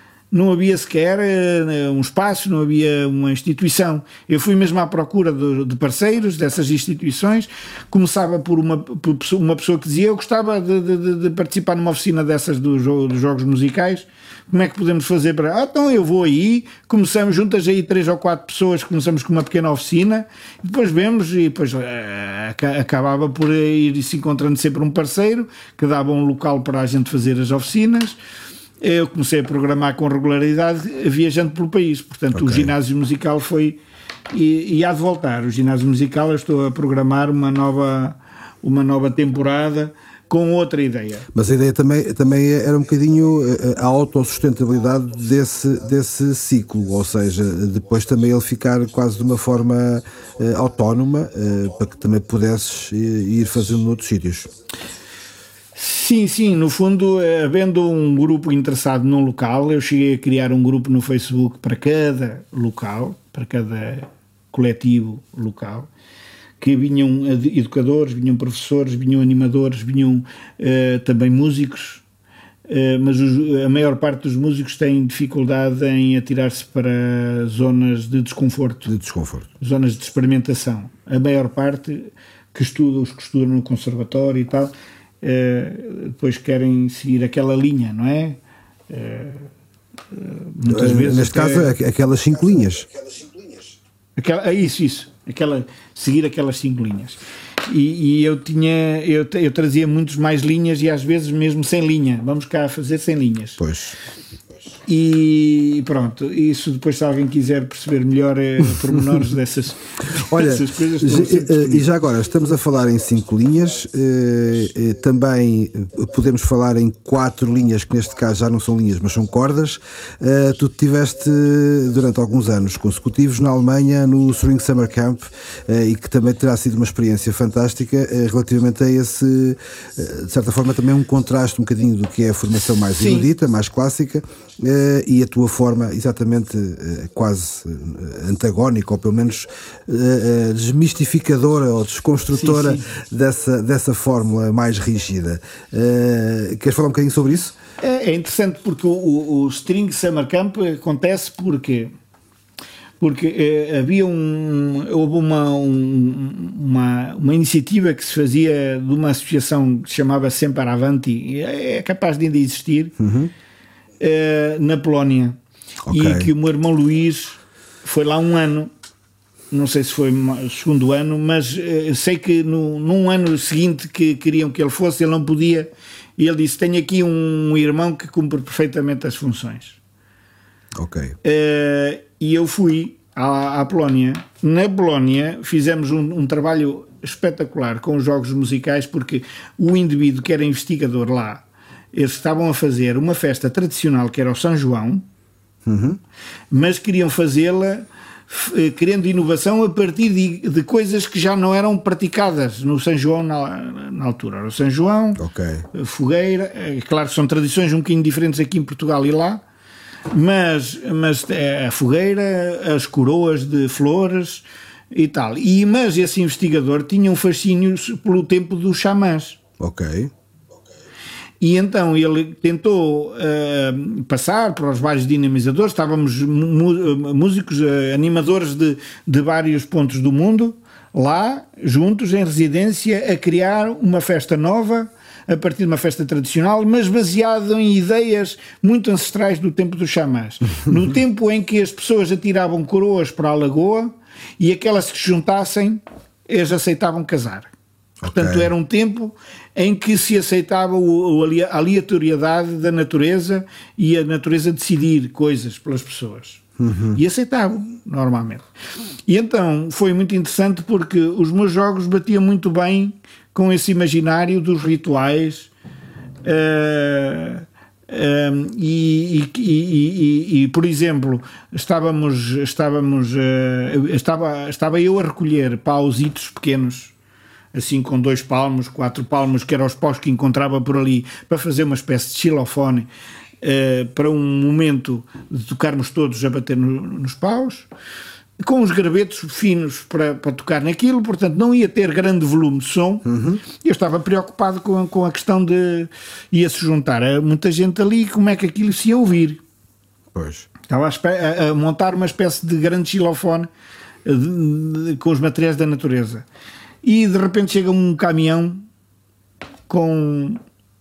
um espaço, não havia uma instituição. Eu fui mesmo à procura de parceiros dessas instituições. Começava por uma pessoa que dizia: eu gostava de participar numa oficina dessas dos jogos musicais, como é que podemos fazer para... então eu vou aí, começamos juntas aí 3 ou 4 pessoas, começamos com uma pequena oficina, e depois vemos, e depois acabava por ir se encontrando sempre um parceiro que dava um local para a gente fazer as oficinas. Eu comecei a programar com regularidade, viajando pelo país. Portanto, okay. O ginásio musical foi... E há de voltar. O ginásio musical, eu estou a programar uma nova temporada com outra ideia. Mas a ideia também era um bocadinho a autossustentabilidade desse ciclo, ou seja, depois também ele ficar quase de uma forma autónoma, para que também pudesses ir fazendo noutros sítios. Sim, no fundo, havendo um grupo interessado num local, eu cheguei a criar um grupo no Facebook para cada local, para cada coletivo local, que vinham educadores, vinham professores, vinham animadores, vinham também músicos, mas a maior parte dos músicos têm dificuldade em atirar-se para zonas de desconforto. Zonas de experimentação. A maior parte os que estudam no conservatório e tal, depois querem seguir aquela linha, não é? Muitas vezes neste caso, aquelas 5 linhas. Isso. Seguir aquelas 5 linhas. E eu trazia muitos mais linhas e às vezes mesmo sem linha. Vamos cá fazer sem linhas. Pois. E pronto, isso depois, se alguém quiser perceber melhor pormenores dessas, olha, dessas coisas. E já agora, estamos a falar em 5 linhas, também podemos falar em 4 linhas, que neste caso já não são linhas, mas são cordas. Tu estiveste durante alguns anos consecutivos na Alemanha, no Swing Summer Camp, e que também terá sido uma experiência fantástica relativamente a esse, de certa forma, também um contraste um bocadinho do que é a formação mais erudita, mais clássica, e a tua forma exatamente quase antagónica, ou pelo menos desmistificadora ou desconstrutora dessa fórmula mais rígida. Queres falar um bocadinho sobre isso? É interessante porque o String Summer Camp acontece porque houve uma iniciativa que se fazia de uma associação que se chamava Sempre Avanti, é capaz de ainda existir, na Polónia. Okay. E que o meu irmão Luís foi lá um ano, não sei se foi o segundo ano, mas sei que num ano seguinte que queriam que ele fosse, ele não podia, e ele disse: tenho aqui um irmão que cumpre perfeitamente as funções. Ok. E eu fui à Polónia. Na Polónia fizemos um trabalho espetacular com os jogos musicais, porque o indivíduo que era investigador lá, eles estavam a fazer uma festa tradicional que era o São João, mas queriam fazê-la querendo inovação a partir de coisas que já não eram praticadas no São João na altura. O São João, fogueira, claro que são tradições um bocadinho diferentes aqui em Portugal e lá, mas a fogueira, as coroas de flores e tal. Mas esse investigador tinha um fascínio pelo tempo dos xamãs. Ok. E então ele tentou passar para os vários dinamizadores. Estávamos músicos, animadores de vários pontos do mundo, lá, juntos, em residência, a criar uma festa nova, a partir de uma festa tradicional, mas baseada em ideias muito ancestrais do tempo dos xamãs. No tempo em que as pessoas atiravam coroas para a lagoa e aquelas que se juntassem, eles aceitavam casar. Portanto, era um tempo em que se aceitava a aleatoriedade da natureza e a natureza decidir coisas pelas pessoas. E aceitavam, normalmente. E então foi muito interessante porque os meus jogos batiam muito bem com esse imaginário dos rituais por exemplo, estava eu a recolher pausitos pequenos, assim com 2 palmos, 4 palmos, que eram os paus que encontrava por ali, para fazer uma espécie de xilofone, para um momento de tocarmos todos a bater nos paus, com os gravetos finos para tocar naquilo, portanto não ia ter grande volume de som. Eu estava preocupado com a questão de ia-se juntar muita gente ali, como é que aquilo se ia ouvir. Pois. Estava a montar uma espécie de grande xilofone com os materiais da natureza. E de repente chega um caminhão com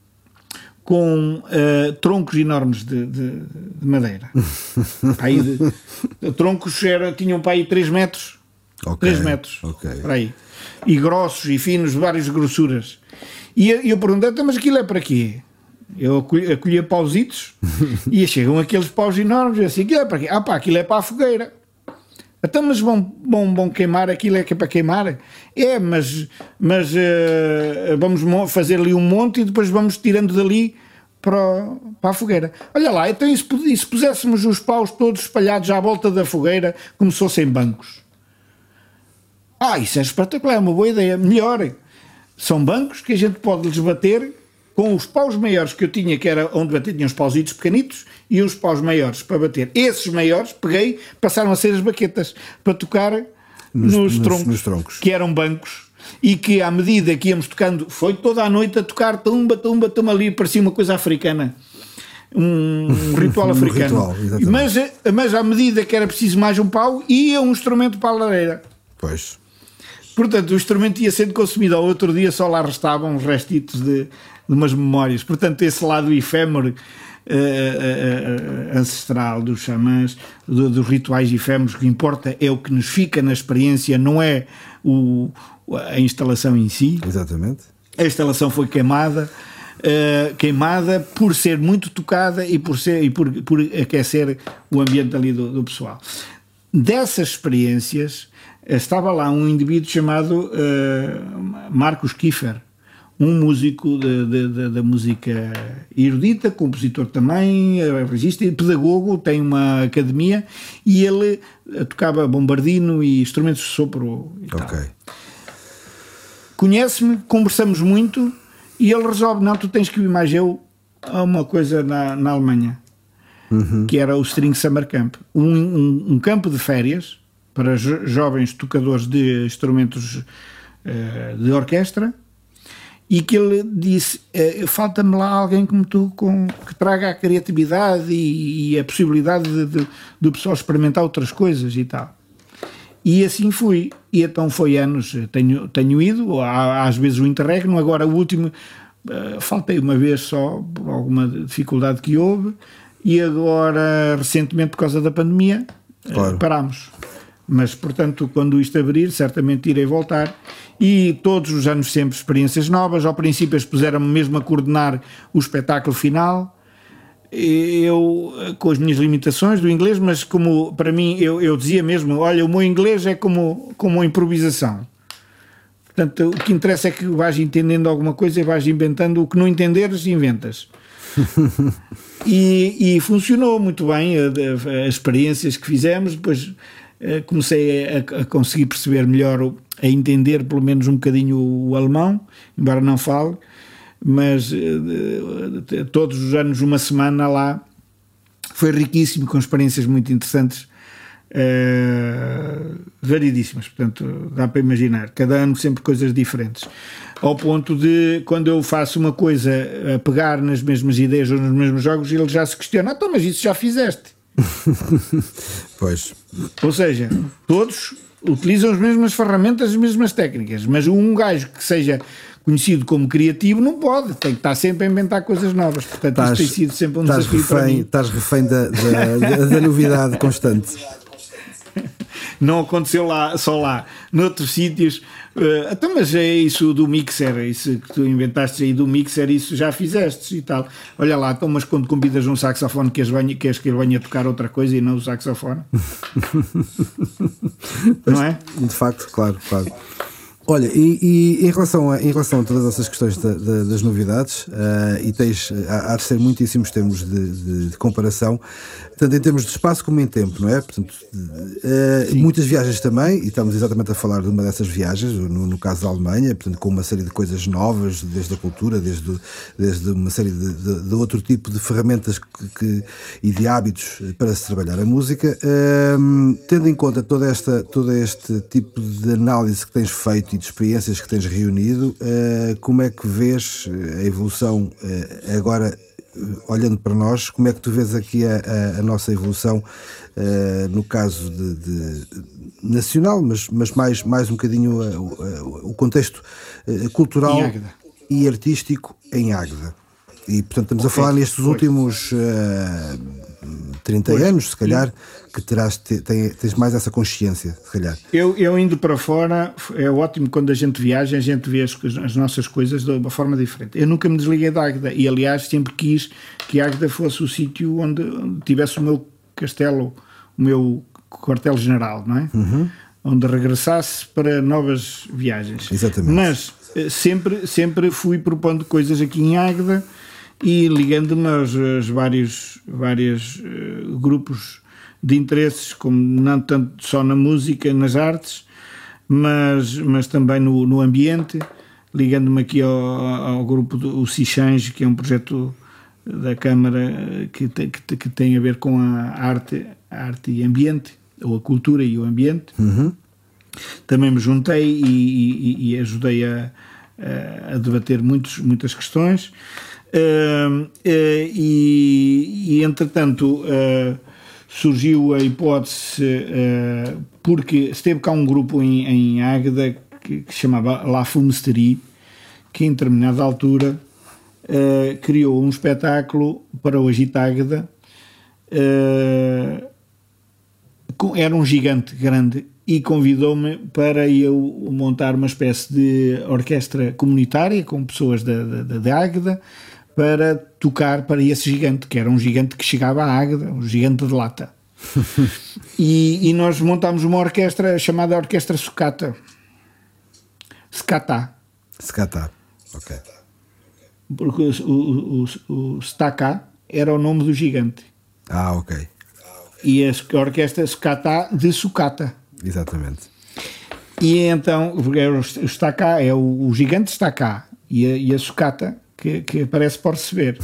troncos enormes de madeira. Aí troncos tinham para aí 3 metros. 3 metros. Para aí. E grossos e finos, de várias grossuras. E eu perguntei: mas aquilo é para quê? Eu acolhia pausitos e chegam aqueles paus enormes. Eu assim: aquilo é para quê? Aquilo é para a fogueira. Então, mas vão queimar aquilo, é que é para queimar? Mas vamos fazer ali um monte e depois vamos tirando dali para a fogueira. Olha lá, então e se puséssemos os paus todos espalhados à volta da fogueira como se fossem bancos? Isso é espetacular, é uma boa ideia. Melhor, são bancos que a gente pode lhes bater com os paus maiores que eu tinha, que era onde bater, tinha uns pausitos pequenitos e uns paus maiores para bater. Esses maiores, peguei, passaram a ser as baquetas para tocar nos troncos, que eram bancos, e que à medida que íamos tocando, foi toda a noite a tocar tumba, tumba, tumba, ali, parecia uma coisa africana. Um ritual africano. Mas à medida que era preciso mais um pau, ia um instrumento para a lareira. Pois. Portanto, o instrumento ia sendo consumido. Ao outro dia só lá restavam uns restitos de umas memórias. Portanto, esse lado efêmero ancestral dos xamãs, dos rituais efêmeros, o que importa é o que nos fica na experiência, não é o a instalação em si. Exatamente. A instalação foi queimada por ser muito tocada e por aquecer o ambiente ali do pessoal. Dessas experiências, estava lá um indivíduo chamado Marcos Kiefer, um músico da música erudita, compositor também, regista e pedagogo, tem uma academia, e ele tocava bombardino e instrumentos de sopro e tal. Conhece-me, conversamos muito, e ele resolve, não, tu tens que ir mais eu a uma coisa na Alemanha, que era o String Summer Camp, um campo de férias para jovens tocadores de instrumentos de orquestra, e que ele disse, falta-me lá alguém como tu, que traga a criatividade e a possibilidade do pessoal experimentar outras coisas e tal. E assim fui, e então foi anos, tenho ido, às vezes o interregno, agora o último, faltei uma vez só, por alguma dificuldade que houve, e agora, recentemente, por causa da pandemia, parámos. Mas, portanto, quando isto abrir, certamente irei voltar. E todos os anos sempre experiências novas. Ao princípio eles puseram-me mesmo a coordenar o espetáculo final. Eu, com as minhas limitações do inglês, mas como para mim, eu dizia mesmo, olha, o meu inglês é como uma improvisação. Portanto, o que interessa é que vais entendendo alguma coisa e vais inventando. O que não entenderes, inventas. E funcionou muito bem as experiências que fizemos. Depois comecei a conseguir perceber melhor, a entender pelo menos um bocadinho o alemão, embora não fale, mas todos os anos uma semana lá foi riquíssimo, com experiências muito interessantes, variedíssimas, portanto dá para imaginar, cada ano sempre coisas diferentes, ao ponto de quando eu faço uma coisa a pegar nas mesmas ideias ou nos mesmos jogos, ele já se questiona, então, mas isso já fizeste. Pois. Ou seja, todos utilizam as mesmas ferramentas, as mesmas técnicas, mas um gajo que seja conhecido como criativo não pode, tem que estar sempre a inventar coisas novas. Portanto, isso tem sido sempre um desafio para mim. Estás refém da novidade constante. Não aconteceu só lá, noutros sítios. Então, mas é isso do mixer, isso que tu inventaste aí do mixer, isso já fizeste e tal. Olha lá, então, mas quando convidas um saxofone, queres que ele venha tocar outra coisa e não o saxofone? Não é? De facto, claro. Olha, e em relação a todas essas questões das novidades, e há de ser muitíssimos termos de comparação, tanto em termos de espaço como em tempo, não é? Portanto, muitas viagens também, e estamos exatamente a falar de uma dessas viagens, no caso da Alemanha, portanto, com uma série de coisas novas, desde a cultura, desde uma série de outro tipo de ferramentas e de hábitos para se trabalhar a música, tendo em conta todo este tipo de análise que tens feito e de experiências que tens reunido, como é que vês a evolução agora, olhando para nós, como é que tu vês aqui a nossa evolução no caso de nacional, mas mais um bocadinho o contexto cultural e artístico em Águeda? E, portanto, estamos a falar nestes últimos 30 anos, se calhar, que tens mais essa consciência, se calhar. Eu indo para fora, é ótimo quando a gente viaja, a gente vê as nossas coisas de uma forma diferente. Eu nunca me desliguei da Águeda e, aliás, sempre quis que Águeda fosse o sítio onde tivesse o meu castelo, o meu quartel-general, não é? Onde regressasse para novas viagens. Exatamente. Mas sempre fui propondo coisas aqui em Águeda e ligando-me aos vários grupos de interesses, como não tanto só na música, nas artes, mas também no ambiente, ligando-me aqui ao grupo do Sichange, que é um projeto da Câmara que tem a ver com a arte e ambiente, ou a cultura e o ambiente. Também me juntei e ajudei a debater muitas questões. E entretanto surgiu a hipótese, porque esteve cá um grupo em Águeda que se chamava La Fumisterie, que em determinada altura criou um espetáculo para o Agito Águeda. Era um gigante grande e convidou-me para eu montar uma espécie de orquestra comunitária com pessoas da Águeda para tocar para esse gigante, que era um gigante que chegava à Águeda, um gigante de lata. E nós montámos uma orquestra chamada Orquestra Sucata. Scatá, ok. Porque o Stacá era o nome do gigante. Ok. E a orquestra Scatá de sucata. Exatamente. E então, o Stacá é o gigante Stacá e a sucata que aparece por receber.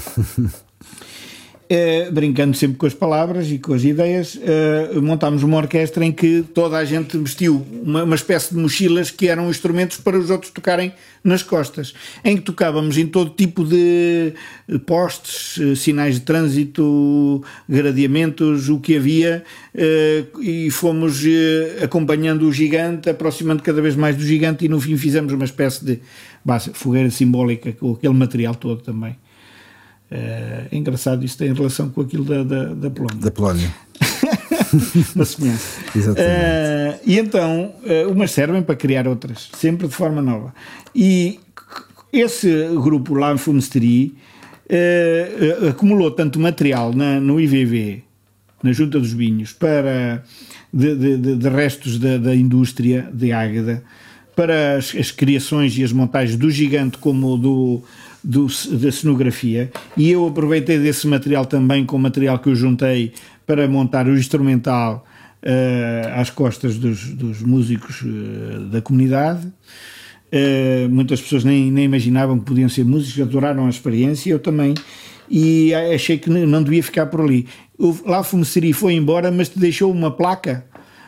Brincando sempre com as palavras e com as ideias, montámos uma orquestra em que toda a gente vestiu uma espécie de mochilas que eram instrumentos para os outros tocarem nas costas, em que tocávamos em todo tipo de postes, sinais de trânsito, gradeamentos, o que havia, e fomos acompanhando o gigante, aproximando cada vez mais do gigante, e no fim fizemos uma espécie de fogueira simbólica com aquele material todo também. É engraçado, isto tem relação com aquilo da Polónia. Da Polónia. Uma semelhança. Exatamente. E então, umas servem para criar outras, sempre de forma nova. E esse grupo lá em Fumesteri acumulou tanto material no IVV, na Junta dos Vinhos, para de restos da indústria de Águeda, para as criações e as montagens do gigante como da cenografia, e eu aproveitei desse material também com o material que eu juntei para montar o instrumental às costas dos músicos da comunidade. Muitas pessoas nem imaginavam que podiam ser músicos, adoraram a experiência, eu também, e achei que não devia ficar por ali. Lá Fumesteri foi embora, mas te deixou uma placa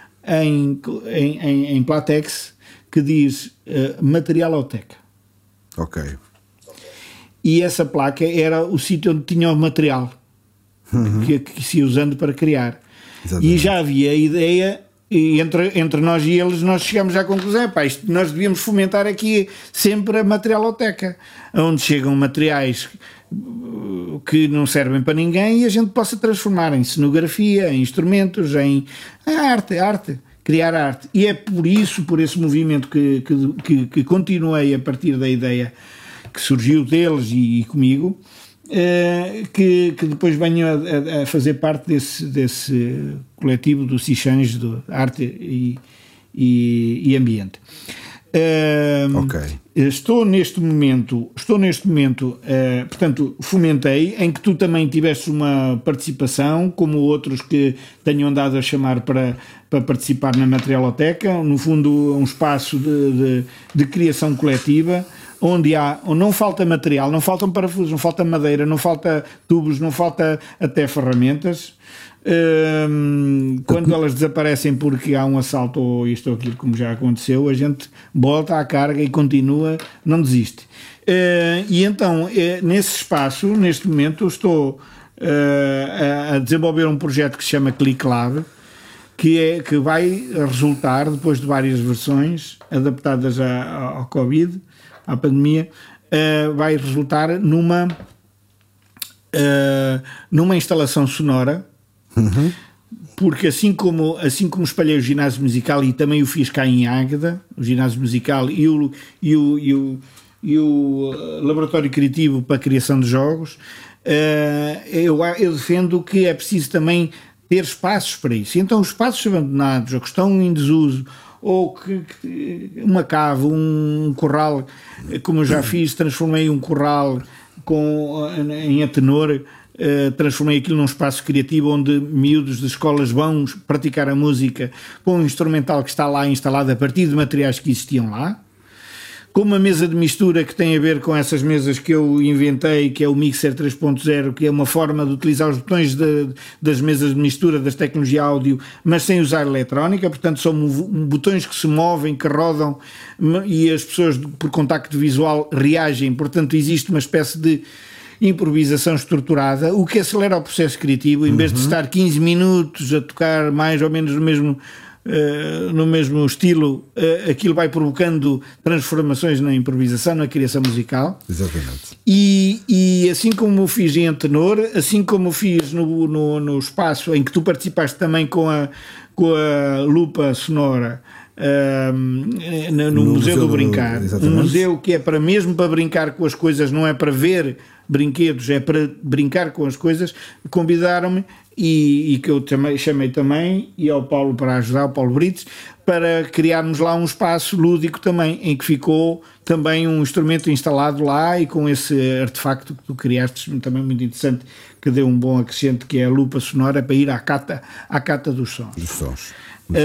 em Platex que diz Materialoteca. Ok. E essa placa era o sítio onde tinha o material que se ia usando para criar. Exatamente. E já havia a ideia, e entre nós e eles, nós chegamos à conclusão: nós devíamos fomentar aqui sempre a materialoteca, onde chegam materiais que não servem para ninguém e a gente possa transformar em cenografia, em instrumentos, em arte, criar arte. E é por esse movimento que continuei a partir da ideia que surgiu deles e comigo, que depois venho a fazer parte desse coletivo do Sichange, de Arte e Ambiente. Estou neste momento, portanto, fomentei, em que tu também tiveste uma participação, como outros que tenham andado a chamar para participar na Materialoteca, no fundo um espaço de criação coletiva, onde não falta material, não faltam parafusos, não falta madeira, não falta tubos, não falta até ferramentas. Quando elas desaparecem porque há um assalto ou isto ou aquilo, como já aconteceu, a gente volta à carga e continua, não desiste. E então, nesse espaço, neste momento, estou a desenvolver um projeto que se chama Click Lab, que vai resultar, depois de várias versões adaptadas ao Covid, à pandemia, vai resultar numa instalação sonora, porque assim como espalhei o ginásio musical e também o fiz cá em Águeda, o ginásio musical e o laboratório criativo para a criação de jogos, eu defendo que é preciso também ter espaços para isso. Então os espaços abandonados ou que estão em desuso, ou uma cave, um corral, como eu já fiz, transformei um corral em Atenor, transformei aquilo num espaço criativo onde miúdos de escolas vão praticar a música com um instrumental que está lá instalado a partir de materiais que existiam lá, com uma mesa de mistura que tem a ver com essas mesas que eu inventei, que é o Mixer 3.0, que é uma forma de utilizar os botões das mesas de mistura, das tecnologias áudio, mas sem usar eletrónica, portanto são botões que se movem, que rodam, e as pessoas por contacto visual reagem, portanto existe uma espécie de improvisação estruturada, o que acelera o processo criativo. Em vez de estar 15 minutos a tocar mais ou menos no mesmo estilo, aquilo vai provocando transformações na improvisação, na criação musical. Exatamente. E assim como fiz em Antenor, assim como fiz no espaço em que tu participaste também com a lupa sonora, no Museu do Brincar, exatamente. Um museu que é mesmo para brincar com as coisas, não é para ver brinquedos, é para brincar com as coisas. Convidaram-me e que eu chamei também, e ao Paulo para ajudar, o Paulo Brites, para criarmos lá um espaço lúdico também, em que ficou também um instrumento instalado lá, e com esse artefacto que tu criaste, também muito interessante, que deu um bom acrescento, que é a lupa sonora, para ir à cata dos sons. Dos sons.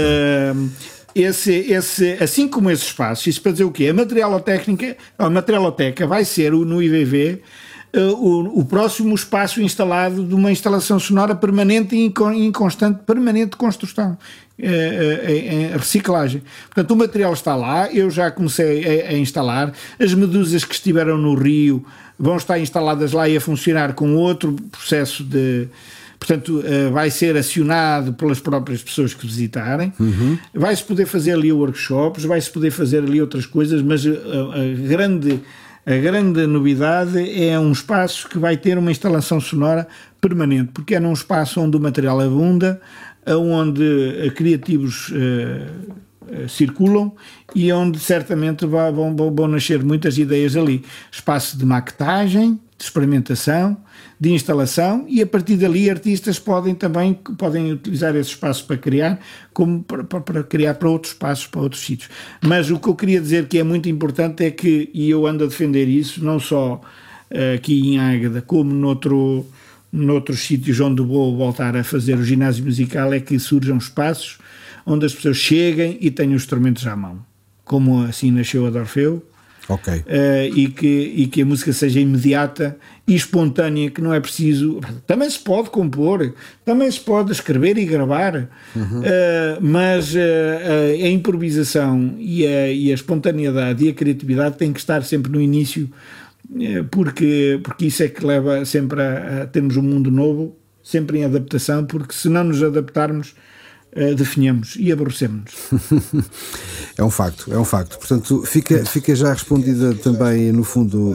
Assim como esse espaço, isso para dizer o quê? A Materialoteca vai ser no IVV o próximo espaço instalado de uma instalação sonora permanente e em constante, permanente construção, em reciclagem. Portanto, o material está lá, eu já comecei a instalar, as medusas que estiveram no Rio vão estar instaladas lá e a funcionar com outro processo de... Portanto, vai ser acionado pelas próprias pessoas que visitarem. Vai-se poder fazer ali workshops, vai-se poder fazer ali outras coisas, mas a grande novidade é um espaço que vai ter uma instalação sonora permanente, porque é num espaço onde o material abunda, onde criativos circulam e onde certamente vão nascer muitas ideias ali. Espaço de maquetagem, de experimentação, de instalação, e a partir dali artistas podem utilizar esse espaço para criar, como para criar para outros espaços, para outros sítios. Mas o que eu queria dizer que é muito importante é que, e eu ando a defender isso, não só aqui em Águeda, como noutros sítios onde vou voltar a fazer o ginásio musical, é que surjam espaços onde as pessoas cheguem e tenham os instrumentos à mão, como assim nasceu a Orfeu. Ok. E que a música seja imediata e espontânea, que não é preciso. Também se pode compor, também se pode escrever e gravar, mas a improvisação e a espontaneidade e a criatividade têm que estar sempre no início, porque isso é que leva sempre a termos um mundo novo, sempre em adaptação, porque se não nos adaptarmos, definhamos e aborrecemos-nos. É um facto. Portanto, fica já respondida também, no fundo,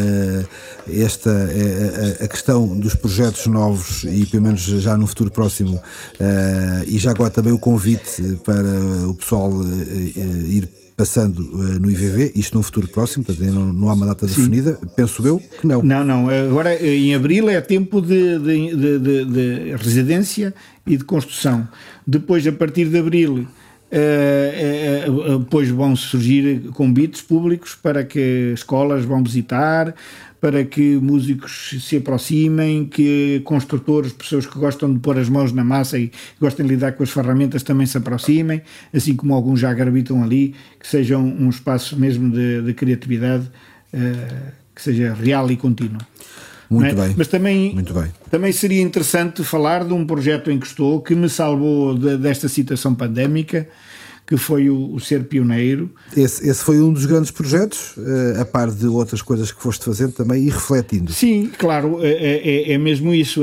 a questão dos projetos novos, e pelo menos já no futuro próximo, e já agora também o convite para o pessoal ir passando no IVV, isto no futuro próximo, portanto não há uma data definida, penso eu que não. Não, agora em abril é tempo de residência e de construção. Depois, a partir de abril, depois vão surgir convites públicos para que escolas vão visitar, para que músicos se aproximem, que construtores, pessoas que gostam de pôr as mãos na massa e gostam de lidar com as ferramentas, também se aproximem, assim como alguns já gravitam ali, que seja um espaço mesmo de criatividade, que seja real e contínuo. Muito bem. Mas também seria interessante falar de um projeto em que estou, que me salvou desta situação pandémica, que foi o Ser Pioneiro. Esse foi um dos grandes projetos, a par de outras coisas que foste fazendo também e refletindo. Sim, claro, é mesmo isso,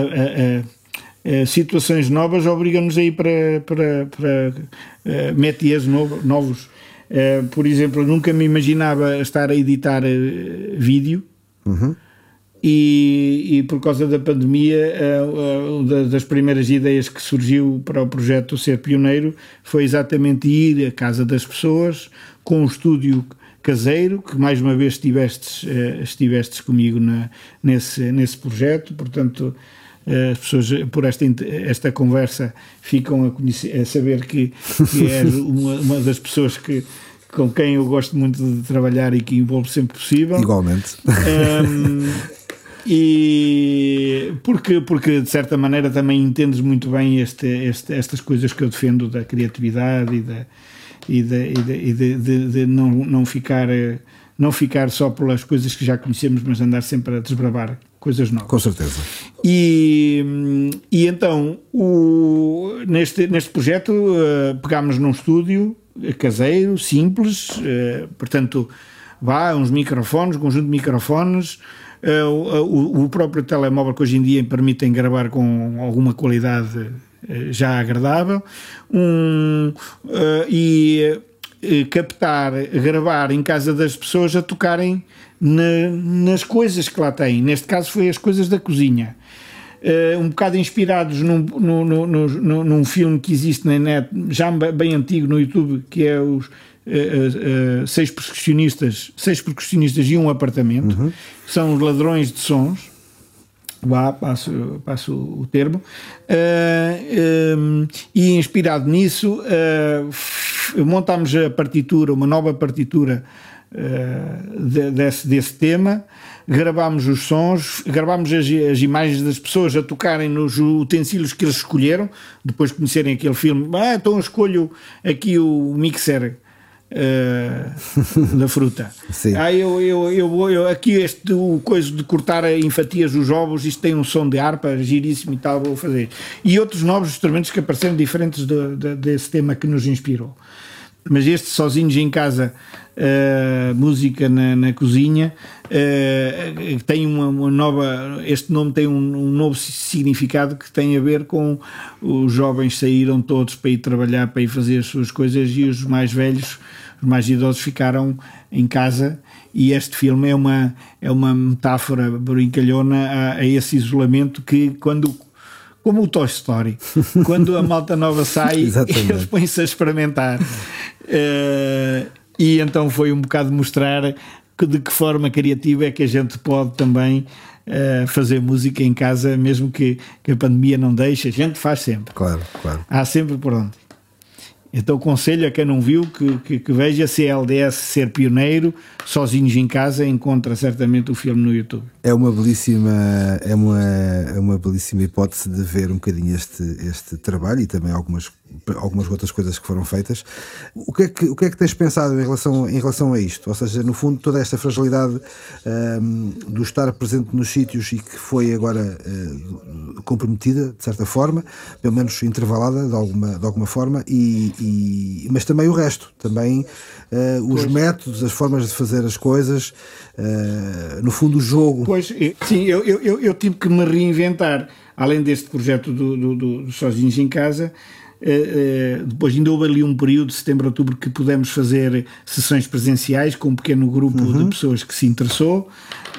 situações novas obrigam-nos a ir para métiers novos. Por exemplo, eu nunca me imaginava estar a editar vídeo. E por causa da pandemia, das primeiras ideias que surgiu para o projeto Ser Pioneiro foi exatamente ir à casa das pessoas com um estúdio caseiro, que mais uma vez estivestes comigo nesse projeto. Portanto, as pessoas por esta conversa ficam a saber que és uma das pessoas com quem eu gosto muito de trabalhar e que envolvo sempre possível. Igualmente. E porque de certa maneira também entendes muito bem estas coisas que eu defendo, da criatividade e de não ficar só pelas coisas que já conhecemos, mas andar sempre a desbravar coisas novas. Com certeza. E então neste projeto pegámos num estúdio caseiro, simples, portanto uns microfones, um conjunto de microfones, o próprio telemóvel, que hoje em dia permitem gravar com alguma qualidade já agradável, captar, gravar em casa das pessoas a tocarem nas coisas que lá têm. Neste caso foi as coisas da cozinha. Um bocado inspirados num filme que existe na net, já bem antigo no YouTube, que é os seis percussionistas e um apartamento, que são os ladrões de sons. Passo o termo, e inspirado nisso montámos a partitura, uma nova partitura desse tema, gravámos os sons, gravámos as imagens das pessoas a tocarem nos utensílios que eles escolheram, depois de conhecerem aquele filme. Então escolho aqui o mixer da fruta. Sim. Eu aqui o coisa de cortar em fatias os ovos, isto tem um som de harpa giríssimo e tal, vou fazer. E outros novos instrumentos que apareceram diferentes desse tema que nos inspirou. Mas este Sozinhos em Casa, música na cozinha, tem uma nova, este nome tem um novo significado que tem a ver com os jovens saíram todos para ir trabalhar, para ir fazer as suas coisas, e os mais velhos, os mais idosos ficaram em casa, e este filme é uma metáfora brincalhona a esse isolamento que como o Toy Story, quando a malta nova sai, eles põem-se a experimentar. E então foi um bocado mostrar de que forma criativa é que a gente pode também fazer música em casa, mesmo que a pandemia não deixe, a gente faz sempre. Claro. Há sempre por onde. Então aconselho a quem não viu que veja CLDS Ser Pioneiro, Sozinhos em Casa, encontra certamente o filme no YouTube. É uma belíssima hipótese de ver um bocadinho este trabalho e também algumas outras coisas que foram feitas. O que é que tens pensado em relação a isto? Ou seja, no fundo, toda esta fragilidade do estar presente nos sítios e que foi agora comprometida, de certa forma, pelo menos intervalada de alguma forma, mas também o resto, também os métodos, as formas de fazer as coisas, no fundo o jogo. Pois, sim, eu tive que me reinventar, além deste projeto do Sozinhos em Casa. Depois ainda houve ali um período de setembro a outubro que pudemos fazer sessões presenciais com um pequeno grupo de pessoas que se interessou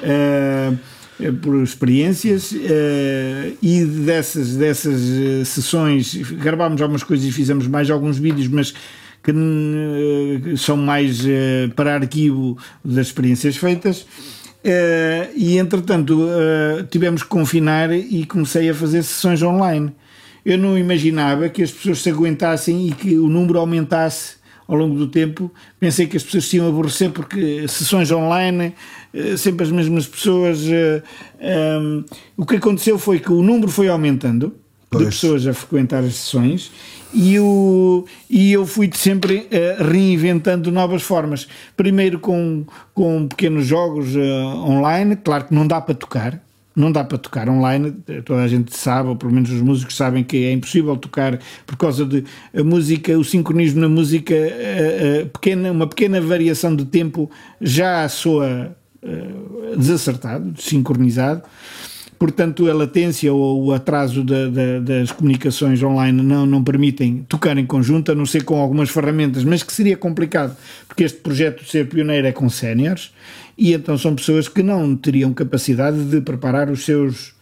por experiências, e dessas sessões gravámos algumas coisas e fizemos mais alguns vídeos, mas que são mais para arquivo das experiências feitas. E entretanto tivemos que confinar e comecei a fazer sessões online. Eu não imaginava que as pessoas se aguentassem e que o número aumentasse ao longo do tempo. Pensei que as pessoas se iam aborrecer porque sessões online, sempre as mesmas pessoas. O que aconteceu foi que o número foi aumentando de pessoas a frequentar as sessões, e eu fui sempre reinventando novas formas. Primeiro com pequenos jogos online. Claro que não dá para tocar online, toda a gente sabe, ou pelo menos os músicos sabem que é impossível tocar por causa de a música, o sincronismo na música, uma pequena variação de tempo já soa desacertado, desincronizado. Portanto, a latência ou o atraso das comunicações online não permitem tocar em conjunto, a não ser com algumas ferramentas, mas que seria complicado, porque este projeto de Ser Pioneiro é com séniores, e então são pessoas que não teriam capacidade de preparar os seus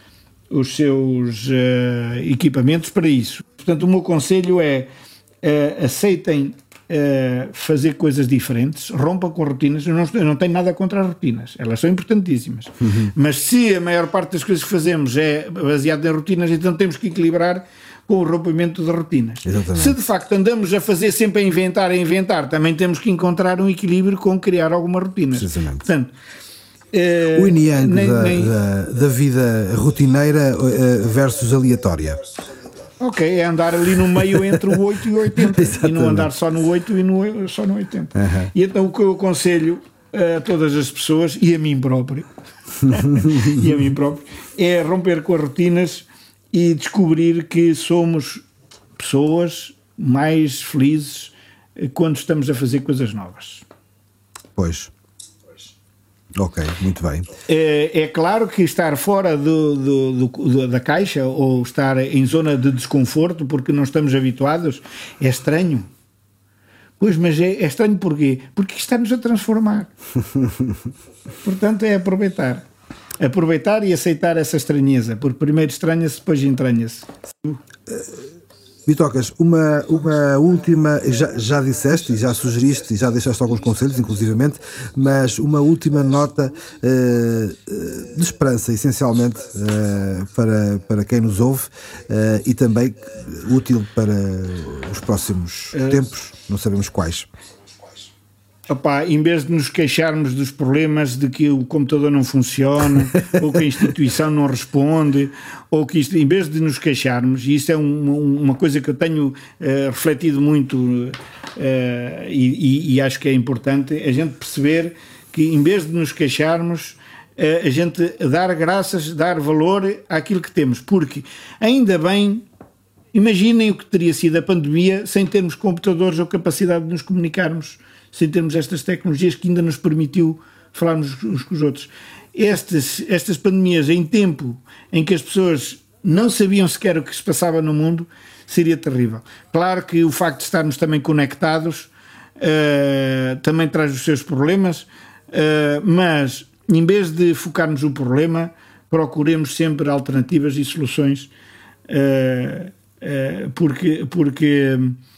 equipamentos para isso. Portanto, o meu conselho é aceitem fazer coisas diferentes, rompam com rotinas. Eu não tenho nada contra as rotinas, elas são importantíssimas, mas se a maior parte das coisas que fazemos é baseada em rotinas, então temos que equilibrar com o rompimento de rotinas. Exatamente. Se de facto andamos a fazer sempre a inventar, também temos que encontrar um equilíbrio com criar algumas rotinas. Portanto, o yin-yang da vida rotineira versus aleatória. Ok, é andar ali no meio entre o 8 e o 80 e não andar só no 8 e só no 80. E então o que eu aconselho a todas as pessoas, e a mim próprio, é romper com as rotinas e descobrir que somos pessoas mais felizes quando estamos a fazer coisas novas. Pois. Ok, muito bem. É claro que estar fora da caixa ou estar em zona de desconforto porque não estamos habituados é estranho. Pois, mas é estranho porquê? Porque está-nos a transformar. Portanto, é aproveitar e aceitar essa estranheza, porque primeiro estranha-se, depois entranha-se. Bitocas, uma última, já disseste e já sugeriste e já deixaste alguns conselhos, inclusivamente, mas uma última nota de esperança, essencialmente, para quem nos ouve e também útil para os próximos tempos, não sabemos quais. Opa, em vez de nos queixarmos dos problemas de que o computador não funciona, ou que a instituição não responde, ou que isto, em vez de nos queixarmos, e isso é uma coisa que eu tenho refletido muito e acho que é importante, a gente perceber que em vez de nos queixarmos, a gente dar graças, dar valor àquilo que temos, porque ainda bem, imaginem o que teria sido a pandemia sem termos computadores ou capacidade de nos comunicarmos, sem termos estas tecnologias que ainda nos permitiu falarmos uns com os outros. Estas pandemias em tempo em que as pessoas não sabiam sequer o que se passava no mundo, seria terrível. Claro que o facto de estarmos também conectados também traz os seus problemas, mas em vez de focarmos no problema, procuremos sempre alternativas e soluções, porque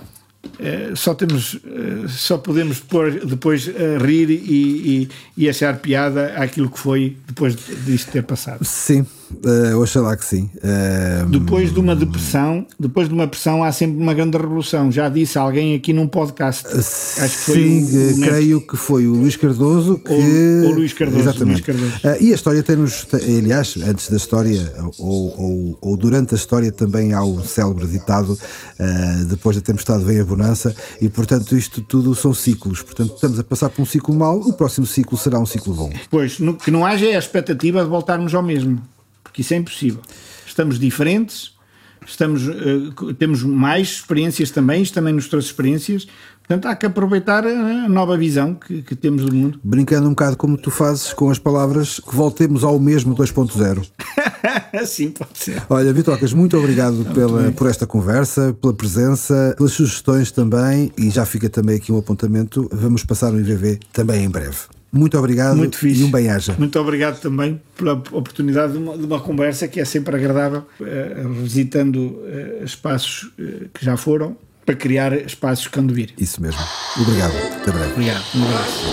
só podemos depois rir e achar piada àquilo que foi depois disto ter passado. Sim, oxalá que sim. Depois de uma pressão há sempre uma grande revolução. Já disse alguém aqui num podcast. Acho que foi creio que foi o Luís Cardoso que... ou Luís Cardoso. Exatamente. E a história tem-nos, aliás, antes da história ou durante a história também há um célebre ditado, depois da tempestade vem a bonança, e portanto isto tudo são ciclos. Portanto estamos a passar por um ciclo mau, o próximo ciclo será um ciclo bom. Pois, que não haja a expectativa de voltarmos ao mesmo, porque isso é impossível. Estamos diferentes, temos mais experiências também, isto também nos trouxe experiências, portanto há que aproveitar a nova visão que temos do mundo. Brincando um bocado como tu fazes com as palavras, que voltemos ao mesmo 2.0. Sim, pode ser. Olha, Bitocas, muito obrigado por esta conversa, pela presença, pelas sugestões também, e já fica também aqui um apontamento, vamos passar no IVV também em breve. Muito obrigado. Muito fixe. E um bem-aja. Muito obrigado também pela oportunidade de uma conversa que é sempre agradável, revisitando espaços que já foram, para criar espaços que hão de vir. Isso mesmo. Obrigado. Até breve. Obrigado. Um abraço.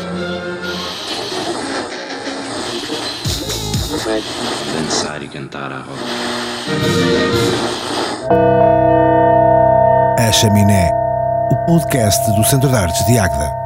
Dançar e cantar à roda. A Chaminé, o podcast do Centro de Artes de Águeda.